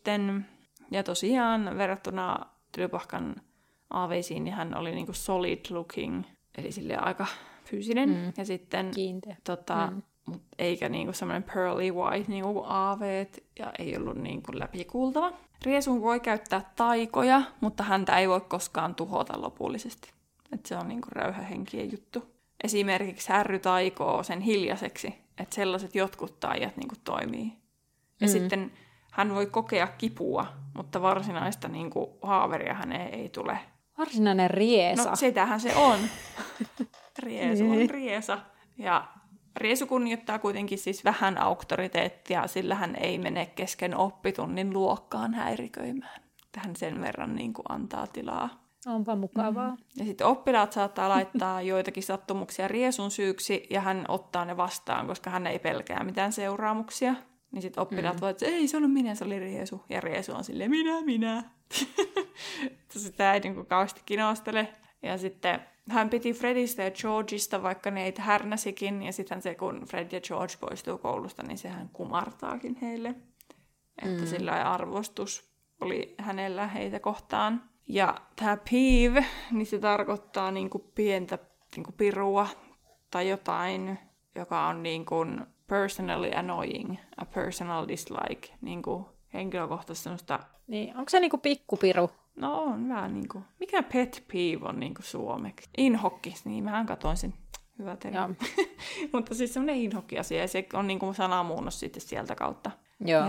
ja tosiaan verrattuna Tylypahkan aaveisiin, niin hän oli niinku solid looking, eli silleen aika fyysinen. Ja sitten mut eikä niinku semmoinen pearly white niinku aaveet, ja ei ollut niinku läpikuultava. Riesun voi käyttää taikoja, mutta häntä ei voi koskaan tuhota lopullisesti. Et se on niinku räyhähenkien juttu. Esimerkiksi härry taikoo sen hiljaiseksi, että sellaiset jotkut taijat niinku toimii. Ja sitten hän voi kokea kipua, mutta varsinaista niinku haaveria häneen ei tule. Varsinainen riesa. No sitähän se on. Riesu on riesa. Ja Riesu kunnioittaa kuitenkin siis vähän auktoriteettia, sillä hän ei mene kesken oppitunnin luokkaan häiriköimään. Hän sen verran niin kuin antaa tilaa. Onpa mukavaa. Ja sitten oppilaat saattaa laittaa joitakin sattumuksia Riesun syyksi, ja hän ottaa ne vastaan, koska hän ei pelkää mitään seuraamuksia. Niin sitten oppilaat voivat, että ei se ollut minä, se oli Riesu. Ja Riesu on silleen, minä. Sitä ei niin kuin kauheasti kinostele. Ja sitten hän piti Fredistä ja Georgeista, vaikka ne ei härnäsikin. Ja sitten se, kun Fred ja George poistuu koulusta, niin sehän kumartaakin heille. Että sillä arvostus oli hänellä heitä kohtaan. Ja tämä peeve, niin se tarkoittaa niinku pientä niinku pirua tai jotain, joka on niinku personally annoying, a personal dislike, niinku henkilökohtaisesti semmoista. Niin, onko se niinku pikkupiru? No on vähän niinku, mikä pet peeve on niinku suomeksi? Inhokki, niin mähän katoin sen. Hyvä termi. Mutta siis semmoinen inhokki-asia, ja se on niinku sanamuunnos sitten sieltä kautta. Joo.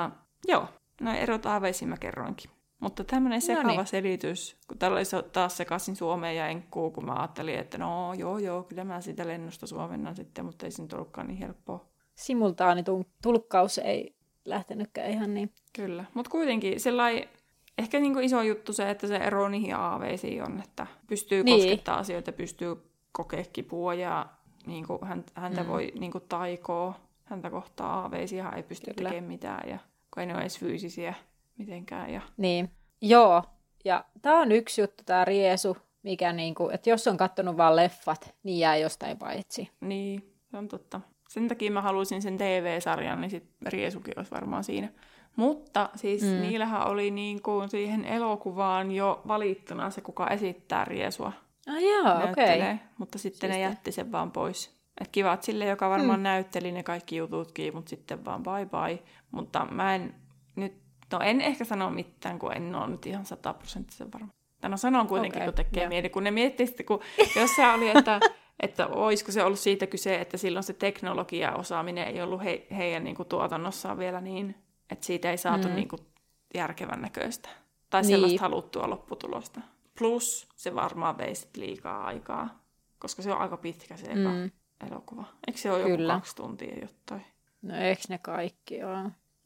Ja no erot aaveisiin mä kerroinkin. Mutta tämmöinen sekava selitys, kun tällä oli taas sekaisin Suomeen ja Enkkuun, kun mä ajattelin, että no joo, kyllä mä sitä lennosta suomennan sitten, mutta ei se nyt ollutkaan niin helppoa. Simultaanitulkkaus ei lähtenytkään ihan niin. Kyllä, mutta kuitenkin sellainen ehkä niin kuin iso juttu se, että se ero niihin aaveisiin on, että pystyy koskettaa asioita, pystyy kokea kipua ja niin kuin häntä voi niin kuin taikoa, häntä kohtaa aaveisia, ei pysty tekemään mitään ja kun ei ne ole edes fyysisiä mitenkään. Ja... Niin, joo. Ja tää on yksi juttu, tää Riesu, mikä niinku, että jos on kattonut vaan leffat, niin jää jostain paitsi. Niin, se on totta. Sen takia mä halusin sen TV-sarjan, niin sit Riesukin olisi varmaan siinä. Mutta siis niillähän oli niinku siihen elokuvaan jo valittuna se, kuka esittää Riesua. Joo, okei. Mutta sitten ne jätti sen vaan pois. Et kivat sille, joka varmaan näytteli ne kaikki jututkin, mutta sitten vaan bye. Mutta mä en nyt, en ehkä sano mitään, kun en ole nyt ihan 100% varma. No sanon kuitenkin, kun tekee mieli. Kun ne miettii sitten, kun jossain oli, että olisiko se ollut siitä kyse, että silloin se teknologia-osaaminen ei ollut heidän niin kuin tuotannossaan vielä niin, että siitä ei saatu niin kuin järkevän näköistä. Tai sellaista haluttua lopputulosta. Plus se varmaan vei liikaa aikaa, koska se on aika pitkä se elokuva. Eikö se ole joku 2 tuntia jotain? No eikö ne kaikki ole?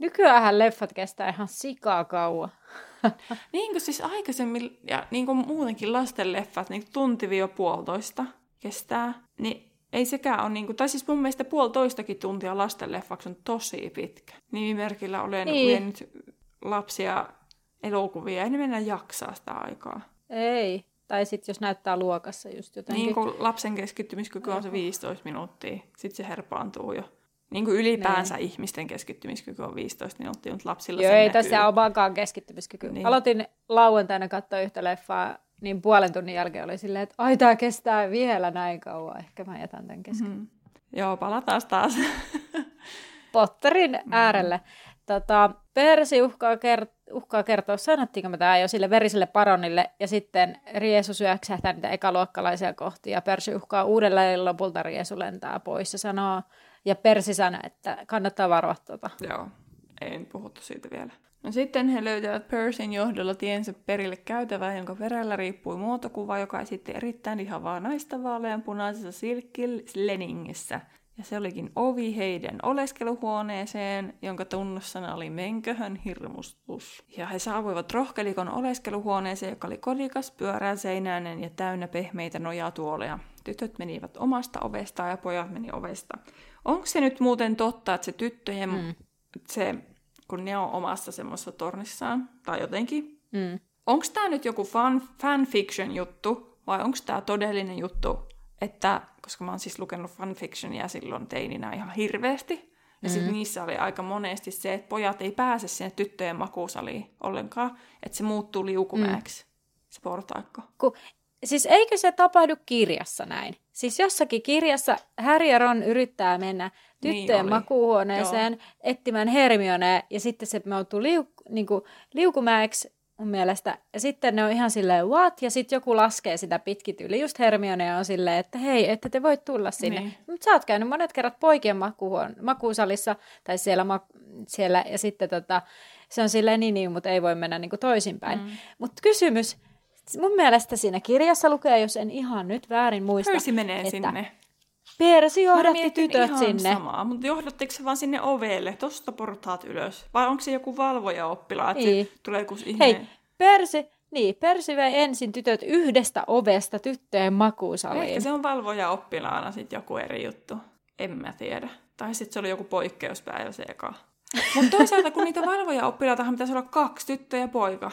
Nykyäänhän leffat kestää ihan sikaa kauan. Niin kuin siis aikaisemmin, ja niin kuin muutenkin lastenleffat, niin tunti-1,5 kestää, niin ei sekään ole, niin kuin, tai siis mun mielestä 1,5 tuntia lastenleffaksi on tosi pitkä. Nimimerkillä olen nyt lapsia elokuvia, ei ne mennä jaksaa sitä aikaa. Ei, tai sitten jos näyttää luokassa just jotenkin. Niin kuin lapsen keskittymiskyky on se 15 minuuttia, sitten se herpaantuu jo. Niin kuin ylipäänsä ihmisten keskittymiskyky on 15 minuuttia, mutta lapsilla Joo, se ei näkyy. tässä omakaan keskittymiskyky. Niin. Aloitin lauantaina katsoa yhtä leffaa, niin puolen tunnin jälkeen oli silleen, että ai tää kestää vielä näin kauan. Ehkä mä jätän tämän kesken. Mm-hmm. Joo, palataan taas. Potterin äärelle. Persi uhkaa kertoa, sanottiinko me tämä jo sille veriselle paronille, ja sitten Riesu syöksähtää niitä ekaluokkalaisia kohti, ja Persi uhkaa uudelleen lopulta Riesu lentää pois ja sanoo, ja Persi sanoo, että kannattaa varoa Joo, ei puhuttu siitä vielä. No sitten he löytävät Percyn johdolla tiensä perille käytävää, jonka perällä riippui muotokuva, joka esitti erittäin ihavaa naista vaaleanpunaisessa silkkileningissä. Ja se olikin ovi heidän oleskeluhuoneeseen, jonka tunnussana oli menköhön hirmustus. Ja he saavuivat rohkelikon oleskeluhuoneeseen, joka oli kodikas, pyöräseinäinen ja täynnä pehmeitä nojatuoleja. Tytöt menivät omasta ovestaan ja pojat meni ovesta. Onko se nyt muuten totta, että se tyttöjen, kun ne on omassa semmoisessa tornissaan, tai jotenkin, onko tämä nyt joku fanfiction juttu, vai onko tämä todellinen juttu, että, koska mä oon siis lukenut fanfictionia silloin teininä ihan hirveästi, ja sitten niissä oli aika monesti se, että pojat ei pääse sinne tyttöjen makuusaliin ollenkaan, että se muuttuu liukumäeksi, se portaikko. Siis eikö se tapahdu kirjassa näin? Siis jossakin kirjassa Harry ja Ron yrittää mennä tyttöjen makuuhuoneeseen etsimään Hermionea, ja sitten se muuttuu liukumäeksi mun mielestä. Ja sitten ne on ihan silleen, what? Ja sitten joku laskee sitä pitkit yli. Just Hermione on silleen, että hei, ette te voi tulla sinne. Niin. Mutta sä oot käynyt monet kerrat poikien makuusalissa, tai siellä ja sitten se on silleen niin, mutta ei voi mennä niin kuin toisinpäin. Mutta kysymys, mun mielestä siinä kirjassa lukee, jos en ihan nyt väärin muista, Percy menee sinne. Percy johdatti tytöt ihan sinne. Samaa, mutta johdatteko se vaan sinne ovelle, tosta portaat ylös? Vai onko se joku valvoja-oppilaat? Niin. Tulee joku ihme? Hei, Percy vei ensin tytöt yhdestä ovesta tyttöjen makuusaliin. Ehkä se on valvoja-oppilaana sitten joku eri juttu. En mä tiedä. Tai sitten se oli joku poikkeuspäivä se eka. Mutta toisaalta, kun niitä valvoja-oppilaatahan pitäisi olla 2, tyttö ja poika.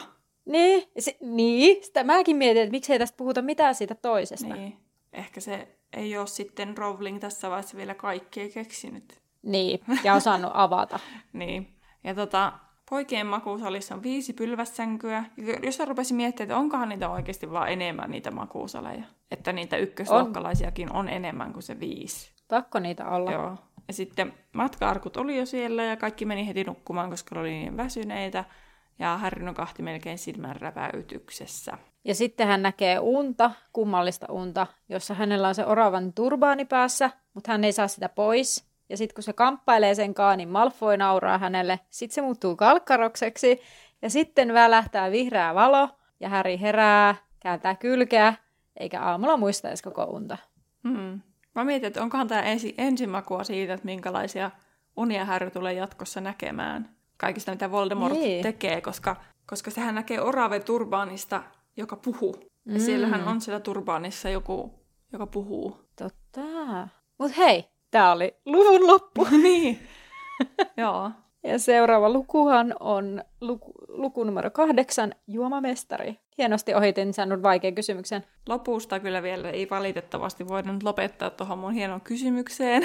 Niin, sitä mäkin mietin, että miksei tästä puhuta mitään siitä toisesta. Niin, ehkä se ei ole sitten Rowling tässä vaiheessa vielä kaikkea keksinyt. Niin, ja osannut avata. Niin, ja poikien makuusalissa on 5 pylvässänkyä. Jos mä rupesin miettimään, että onkohan niitä oikeasti vaan enemmän niitä makuusaleja. Että niitä ykkösluokkalaisiakin on enemmän kuin se 5. Pakko niitä olla. Joo. Ja sitten matka-arkut oli jo siellä ja kaikki meni heti nukkumaan, koska oli niin väsyneitä. Ja Harry nukahti melkein silmänräpäytyksessä. Ja sitten hän näkee unta, kummallista unta, jossa hänellä on se oravan turbaani päässä, mutta hän ei saa sitä pois. Ja sitten kun se kamppailee senkaan, niin Malfoy nauraa hänelle. Sitten se muuttuu kalkkarokseksi ja sitten välähtää vihreä valo ja Harry herää, kääntää kylkeä, eikä aamulla muista edes koko unta. Mä mietin, että onkohan tämä ensimakua siitä, että minkälaisia unia Harry tulee jatkossa näkemään. Kaikista, mitä Voldemort tekee, koska sehän näkee orave turbaanista, joka puhuu. Ja siellähän on siellä turbaanissa joku, joka puhuu. Totta. Mut hei, tää oli luvun loppu. Niin. Joo. Ja seuraava lukuhan on luku numero 8, juomamestari. Hienosti ohitin sinun vaikean kysymyksen. Lopusta kyllä vielä ei valitettavasti voida nyt lopettaa tuohon mun hienoon kysymykseen,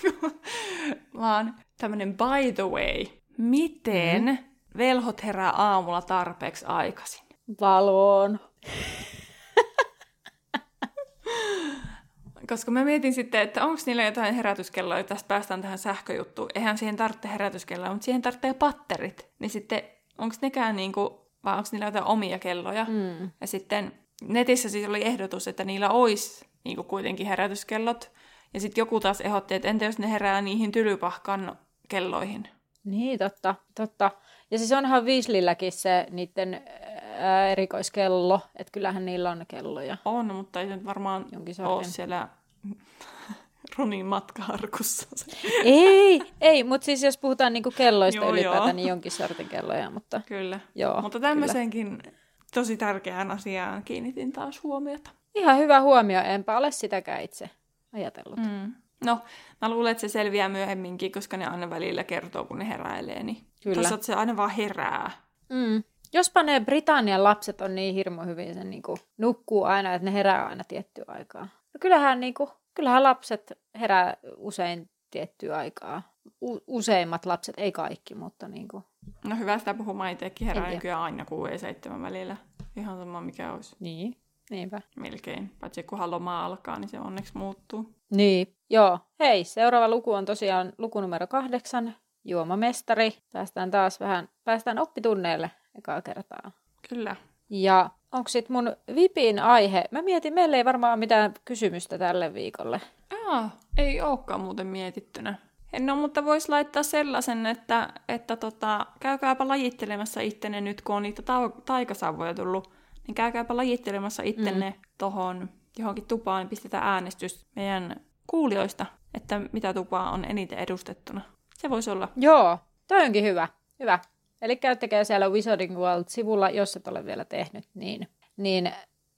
vaan tämmönen by the way. Miten velhot herää aamulla tarpeeksi aikaisin? Valoon. Koska mä mietin sitten, että onko niillä jotain herätyskelloa, ja tästä päästään tähän sähköjuttuun. Eihän siihen tarvitse herätyskelloa, mutta siihen tarvitsee patterit. Niin sitten onko nekään niinku, vai onko niillä jotain omia kelloja? Ja sitten netissä siis oli ehdotus, että niillä olisi niinku kuitenkin herätyskellot. Ja sitten joku taas ehdotti, että entä jos ne herää niihin Tylypahkan kelloihin? Niin, totta. Ja siis onhan Weasleylläkin se niiden erikoiskello, että kyllähän niillä on kelloja. On, mutta ei se nyt varmaan ole siellä Ronin matkaharkussa. Ei, mutta siis jos puhutaan niinku kelloista ylipäätään, joo. niin jonkin sortin kelloja, mutta Kyllä. joo. Mutta tämmöisenkin tosi tärkeään asiaan kiinnitin taas huomiota. Ihan hyvä huomio, enpä ole sitäkään itse ajatellut. No, mä luulen, että se selviää myöhemminkin, koska ne aina välillä kertoo, kun ne heräilee. Niin Kyllä. se aina vaan herää. Jospa ne Britannian lapset on niin hirmu hyvin, se niinku nukkuu aina, että ne herää aina tiettyä aikaa. No kyllähän lapset herää usein tiettyä aikaa. Useimmat lapset, ei kaikki, mutta niinku. No hyvä sitä puhumaan itsekin herää nykyään aina 6 ja 7 välillä. Ihan sama mikä olisi. Niin, niinpä. Melkein. Paitsi kunhan loma alkaa, niin se onneksi muuttuu. Niin, joo. Hei, seuraava luku on tosiaan luku numero 8. Juomamestari. Päästään oppitunneille ekaa kertaa. Kyllä. Ja onko sitten mun VIPin aihe? Mä mietin, meillä ei varmaan ole mitään kysymystä tälle viikolle. Ei olekaan muuten mietittynä. No, mutta voisi laittaa sellaisen, että käykääpä lajittelemassa ittenne nyt, kun on niitä taikasauvoja tullut, niin käykääpä lajittelemassa ittenne tohon johonkin tupaan, pistetään äänestys meidän kuulijoista, että mitä tupaa on eniten edustettuna. Se voisi olla. Joo, toi onkin hyvä. Hyvä. Eli käyttäkää siellä Wizarding World-sivulla, jos et ole vielä tehnyt, niin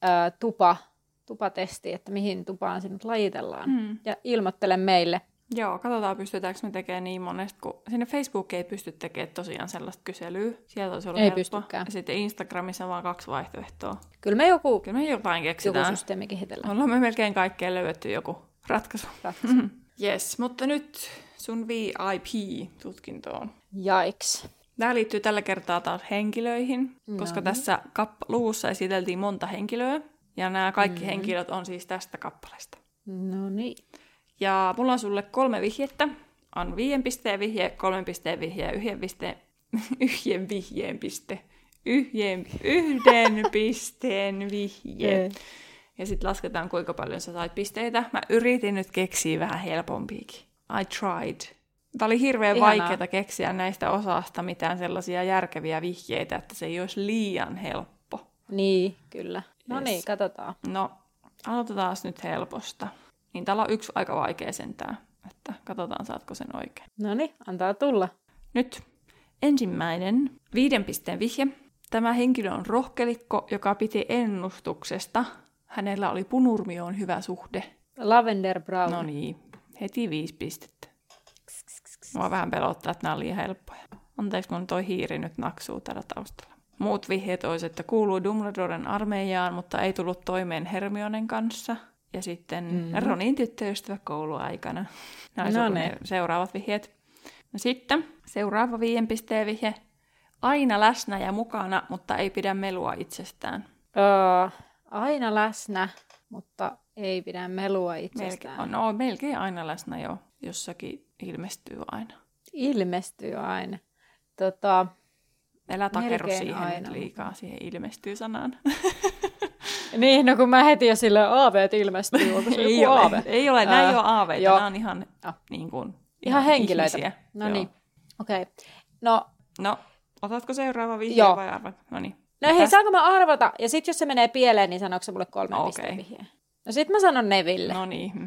tupatesti, että mihin tupaan sinut lajitellaan. Ja ilmoittele meille. Joo, katsotaan pystytäänkö me tekemään niin monesta, kun sinne Facebookiin ei pysty tekemään tosiaan sellaista kyselyä. Sieltä olisi ollut ei helppo. pystykään. Ja sitten Instagramissa on vaan 2 vaihtoehtoa. Kyllä me jotain keksitään. Joku systeemi kehitellään. Ollaan me melkein kaikkeen löydetty joku ratkaisu. Yes, mutta nyt sun VIP-tutkintoon. Jaiks. Tämä liittyy tällä kertaa taas henkilöihin, koska tässä luvussa esiteltiin monta henkilöä. Ja nämä kaikki henkilöt on siis tästä kappaleesta. No niin. Ja mulla on sulle 3 vihjettä. On 5 pisteen vihje, 3 pisteen vihje ja 1 pisteen vihje. Ja sitten lasketaan, kuinka paljon sä sait pisteitä. Mä yritin nyt keksiä vähän helpompiakin. I tried. Tämä oli hirveän vaikeaa keksiä näistä osasta mitään sellaisia järkeviä vihjeitä, että se ei olisi liian helppo. Niin, kyllä. No niin, katsotaan. No, aloitetaan nyt helposta. Niin täällä on 1 aika vaikea sentään, että katsotaan saatko sen oikein. No niin, antaa tulla. Nyt ensimmäinen 5 pisteen vihje. Tämä henkilö on rohkelikko, joka piti ennustuksesta. Hänellä oli punurmioon hyvä suhde. Lavender Brown. No niin, heti 5 pistettä. Mua vähän pelottaa, että nämä on liian helppoja. Anteeksi, mun toi hiiri nyt naksuu täällä taustalla. Muut vihjeet olisi, että kuului Dumbledoren armeijaan, mutta ei tullut toimeen Hermionen kanssa. Ja sitten Ronin tyttöystävä kouluaikana. Nämä on ne seuraavat vihjeet. No sitten seuraava 5 pisteen vihje. Aina läsnä ja mukana, mutta ei pidä melua itsestään. Aina läsnä, mutta ei pidä melua itsestään. Melkein aina läsnä jo. Jossakin ilmestyy aina. Ilmestyy aina. Älä takeru siihen nyt liikaa, siihen ilmestyy sanaan. Niin, no kun mä heti jo silleen aaveet ilmestyy, onko se joku aave? Ei ole, nämä ei ole aaveita, nämä on ihan, ihan henkilöitä. Ihmisiä. No niin, okei. No, otatko seuraava vihje vai arvat? No niin. No hei, saanko mä arvata? Ja sit jos se menee pieleen, niin sanooko se mulle 3 pisteen vihjeen? No sit mä sanon Neville. No niin.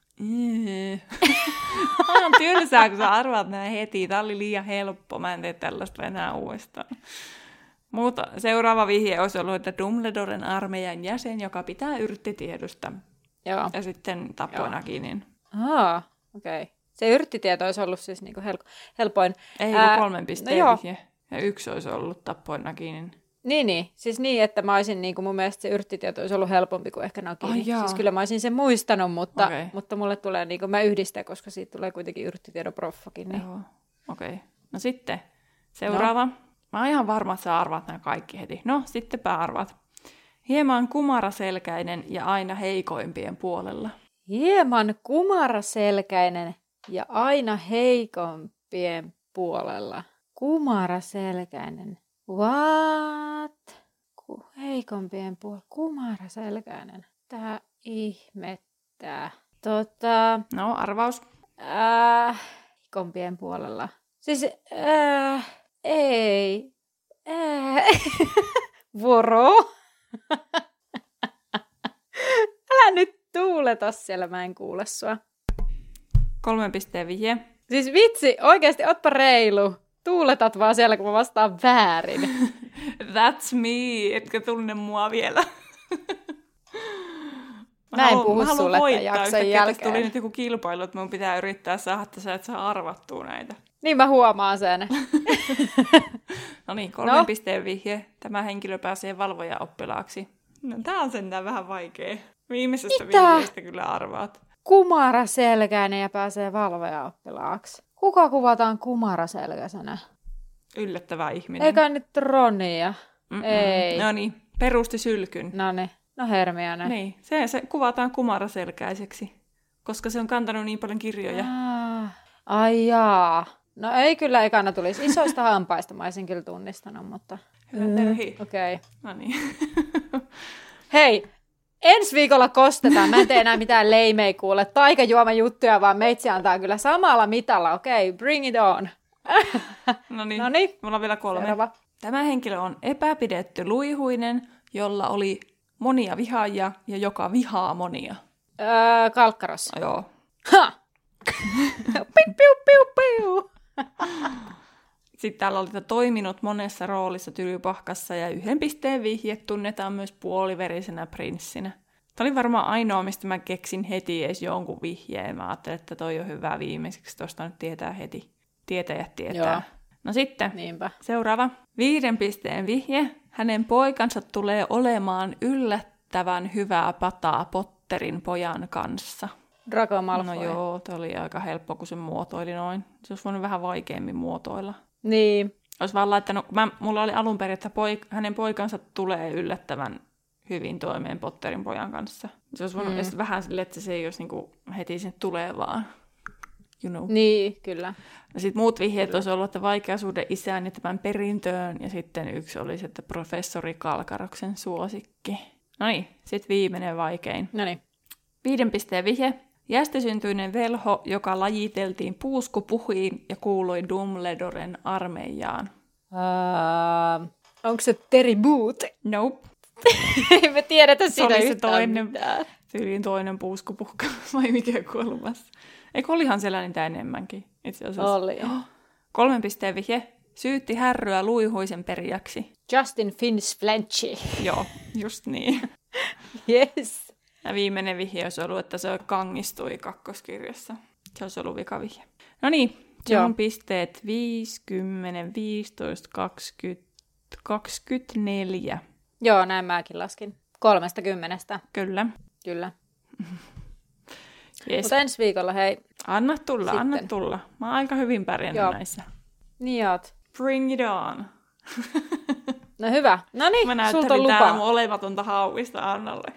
On tylsää, kun sä arvaat näin heti. Tää oli liian helppo. Mä en tee tällaista enää uudestaan. Mutta seuraava vihje olisi ollut, että Dumbledoren armeijan jäsen, joka pitää yrttitiedosta. Joo. Ja sitten tappoi Naginin. Okei. Se yrttitieto olisi ollut siis niinku helpoin. Ei, 3 pisteen vihje. Ja 1 olisi ollut tappoi Naginin. Niin. Siis niin, että mä olisin, niin kuin mun mielestä se yrttitieto olisi ollut helpompi kuin ehkä Nagini. Siis kyllä mä olisin sen muistanut, mutta mulle tulee, niin kuin mä yhdistän, koska siitä tulee kuitenkin yrttitiedon proffakin. Niin. Joo, okei. No sitten seuraava. Mä oon ihan varma, että sä arvaat nämä kaikki heti. No, sittenpä arvaat. Hieman kumaraselkäinen ja aina heikoimpien puolella. Hieman kumaraselkäinen ja aina heikoimpien puolella. Kumaraselkäinen. What? Heikompien puolella. Kumaraselkäinen. Tää ihmettää. No, arvaus. Heikompien puolella. Siis, ei. Voro. Älä nyt tuuleta siellä, mä en kuule sua. 3 pisteen vihje. Siis vitsi, oikeasti otpa reilu. Tuuletat vaan siellä, kun mä vastaan väärin. That's me, etkä tunne mua vielä. Mä en puhu sulle tämän jakson jälkeen. Tuli nyt joku kilpailu, että mun pitää yrittää saada, että sä et saa arvattua näitä. Niin mä huomaan sen. No niin, 3 pisteen vihje. Tämä henkilö pääsee valvojaoppilaaksi. No tää on sentään vähän vaikea. Viimeisestä vihjeestä kyllä arvaat. Kumaraselkäinen ja pääsee valvojaoppilaaksi. Kuka kuvataan kumaraselkäisenä? Yllättävä ihminen. Eikä nyt Ronia. Ei. No niin, perusti sylkyn. Noniin, no Hermione. Niin, se kuvataan kumaraselkäiseksi, koska se on kantanut niin paljon kirjoja. Ai jaa. No ei kyllä ekana tulisi. Isoista hampaista mä olisin kyllä tunnistanut, mutta... Hyvä Terhi. Okei. Okay. No niin. Hei, ensi viikolla kostetaan. Mä en tee enää mitään leimei kuule. Taikajuomajuttuja, vaan meitsi antaa kyllä samalla mitalla. Okei, bring it on. No niin, mulla on vielä 3. Seuraava. Tämä henkilö on epäpidetty luihuinen, jolla oli monia vihaajia ja joka vihaa monia. Kalkkaros. No, joo. Ha! Piu, piu, piu, piu. Sitten täällä oli toiminut monessa roolissa Tylypahkassa ja 1 pisteen vihje tunnetaan myös puoliverisenä prinssinä. Tämä oli varmaan ainoa, mistä mä keksin heti edes jonkun vihjeen. Mä ajattelin, että toi on hyvä viimeiseksi, tuosta nyt tietää heti. Tietäjät tietää. Joo. No sitten, niinpä. Seuraava. 5 pisteen vihje. Hänen poikansa tulee olemaan yllättävän hyvää pataa Potterin pojan kanssa. Draco Malfoy. No joo, toi oli aika helppo, kun se muotoili noin. Se olisi voinut vähän vaikeammin muotoilla. Niin. Olisi vaan laittanut, mulla oli alun perin, että hänen poikansa tulee yllättävän hyvin toimeen Potterin pojan kanssa. Se olisi voinut vähän silleen, että se ei olisi niinku heti sen tulee vaan. You know. Niin, kyllä. Ja sitten muut vihjeet olisi ollut, että vaikea suhde isään ja tämän perintöön. Ja sitten yksi olisi, että professori Kalkaroksen suosikki. No niin, sitten viimeinen vaikein. No niin. 5 pisteen vihje. Jästisyntyinen velho, joka lajiteltiin puuskupuhiin ja kuului Dumbledoren armeijaan. Onko se Terry Boot? Nope. Ei me tiedetä sitä yhtään mitään. Tyyliin toinen puuskupuhka vai mikä kolmas. Eikö olihan siellä niitä enemmänkin itse asiassa? Oli. 3 pisteen vihje. Syytti härryä luihuisen perijäksi. Justin Finch-Flenchy. Joo, just niin. Yes. Ja viimeinen vihje olisi ollut, että se kangistui kakkoskirjassa. Se olisi ollut vikavihje. No niin, se on pisteet 5, 10, 15, 20, 24. Joo, näin mäkin laskin. 30. Kyllä. Kyllä. Yes. Mutta ensi viikolla, hei. Anna tulla. Mä oon aika hyvin pärjännyt näissä. Niin oot. Bring it on. No hyvä. No niin, mä näyttelin täällä mun olematonta hauista Annalle.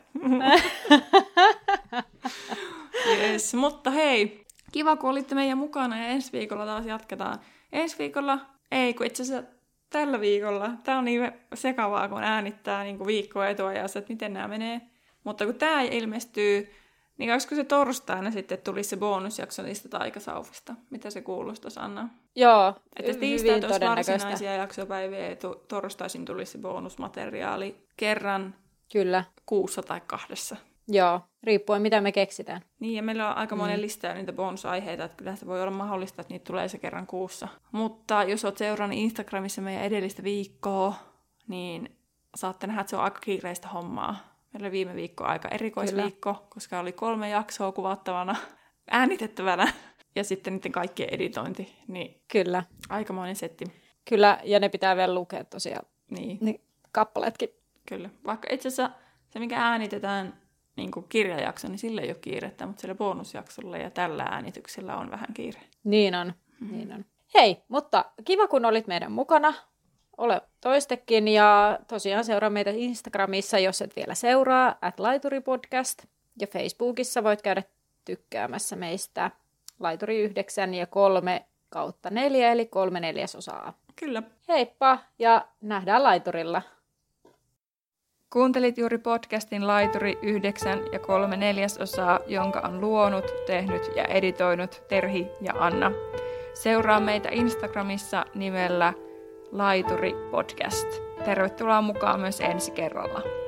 Yes, mutta hei, kiva kun olitte meidän mukana ja ensi viikolla taas jatketaan. Ensi viikolla, kun itse asiassa tällä viikolla, tää on niin sekavaa kun äänittää niin kuin viikkoa etuajassa, että miten nämä menee. Mutta kun tää ilmestyy, niin olisiko se torstaina sitten tulisi se bonusjakso niistä taikasauvista? Mitä se kuulostaisi, Anna? Joo, että tiistaina olisi varsinaisia jaksopäiviä ja torstaisin tulisi se bonusmateriaali kerran kyllä kuussa tai 2. Joo, riippuen mitä me keksitään. Niin, ja meillä on aika monen listaa niitä bonusaiheita, että kyllä se voi olla mahdollista, että niitä tulee se kerran kuussa. Mutta jos olet seurannut Instagramissa meidän edellistä viikkoa, niin saatte nähdä, että se on aika kiireistä hommaa. Meillä oli viime viikko aika erikoisviikko, kyllä, koska oli 3 jaksoa kuvattavana, äänitettävänä ja sitten niiden kaikkien editointi. Niin kyllä. Aikamoinen setti. Kyllä, ja ne pitää vielä lukea tosiaan. Niin. Ne kappaleetkin. Kyllä. Vaikka itse asiassa se, mikä äänitetään niin kuin kirjajakso, niin sillä ei ole kiirettä, mutta sillä bonusjaksolla ja tällä äänityksellä on vähän kiire. Niin on. Niin on. Hei, mutta kiva kun olit meidän mukana. Ole toistekin ja tosiaan seuraa meitä Instagramissa, jos et vielä seuraa, @laituripodcast. Ja Facebookissa voit käydä tykkäämässä meistä Laituri 9 ja 3/4, eli 3/4. Kyllä. Heippa ja nähdään laiturilla. Kuuntelit juuri podcastin Laituri 9 ja 3/4, jonka on luonut, tehnyt ja editoinut Terhi ja Anna. Seuraa meitä Instagramissa nimellä Laituri Podcast. Tervetuloa mukaan myös ensi kerralla.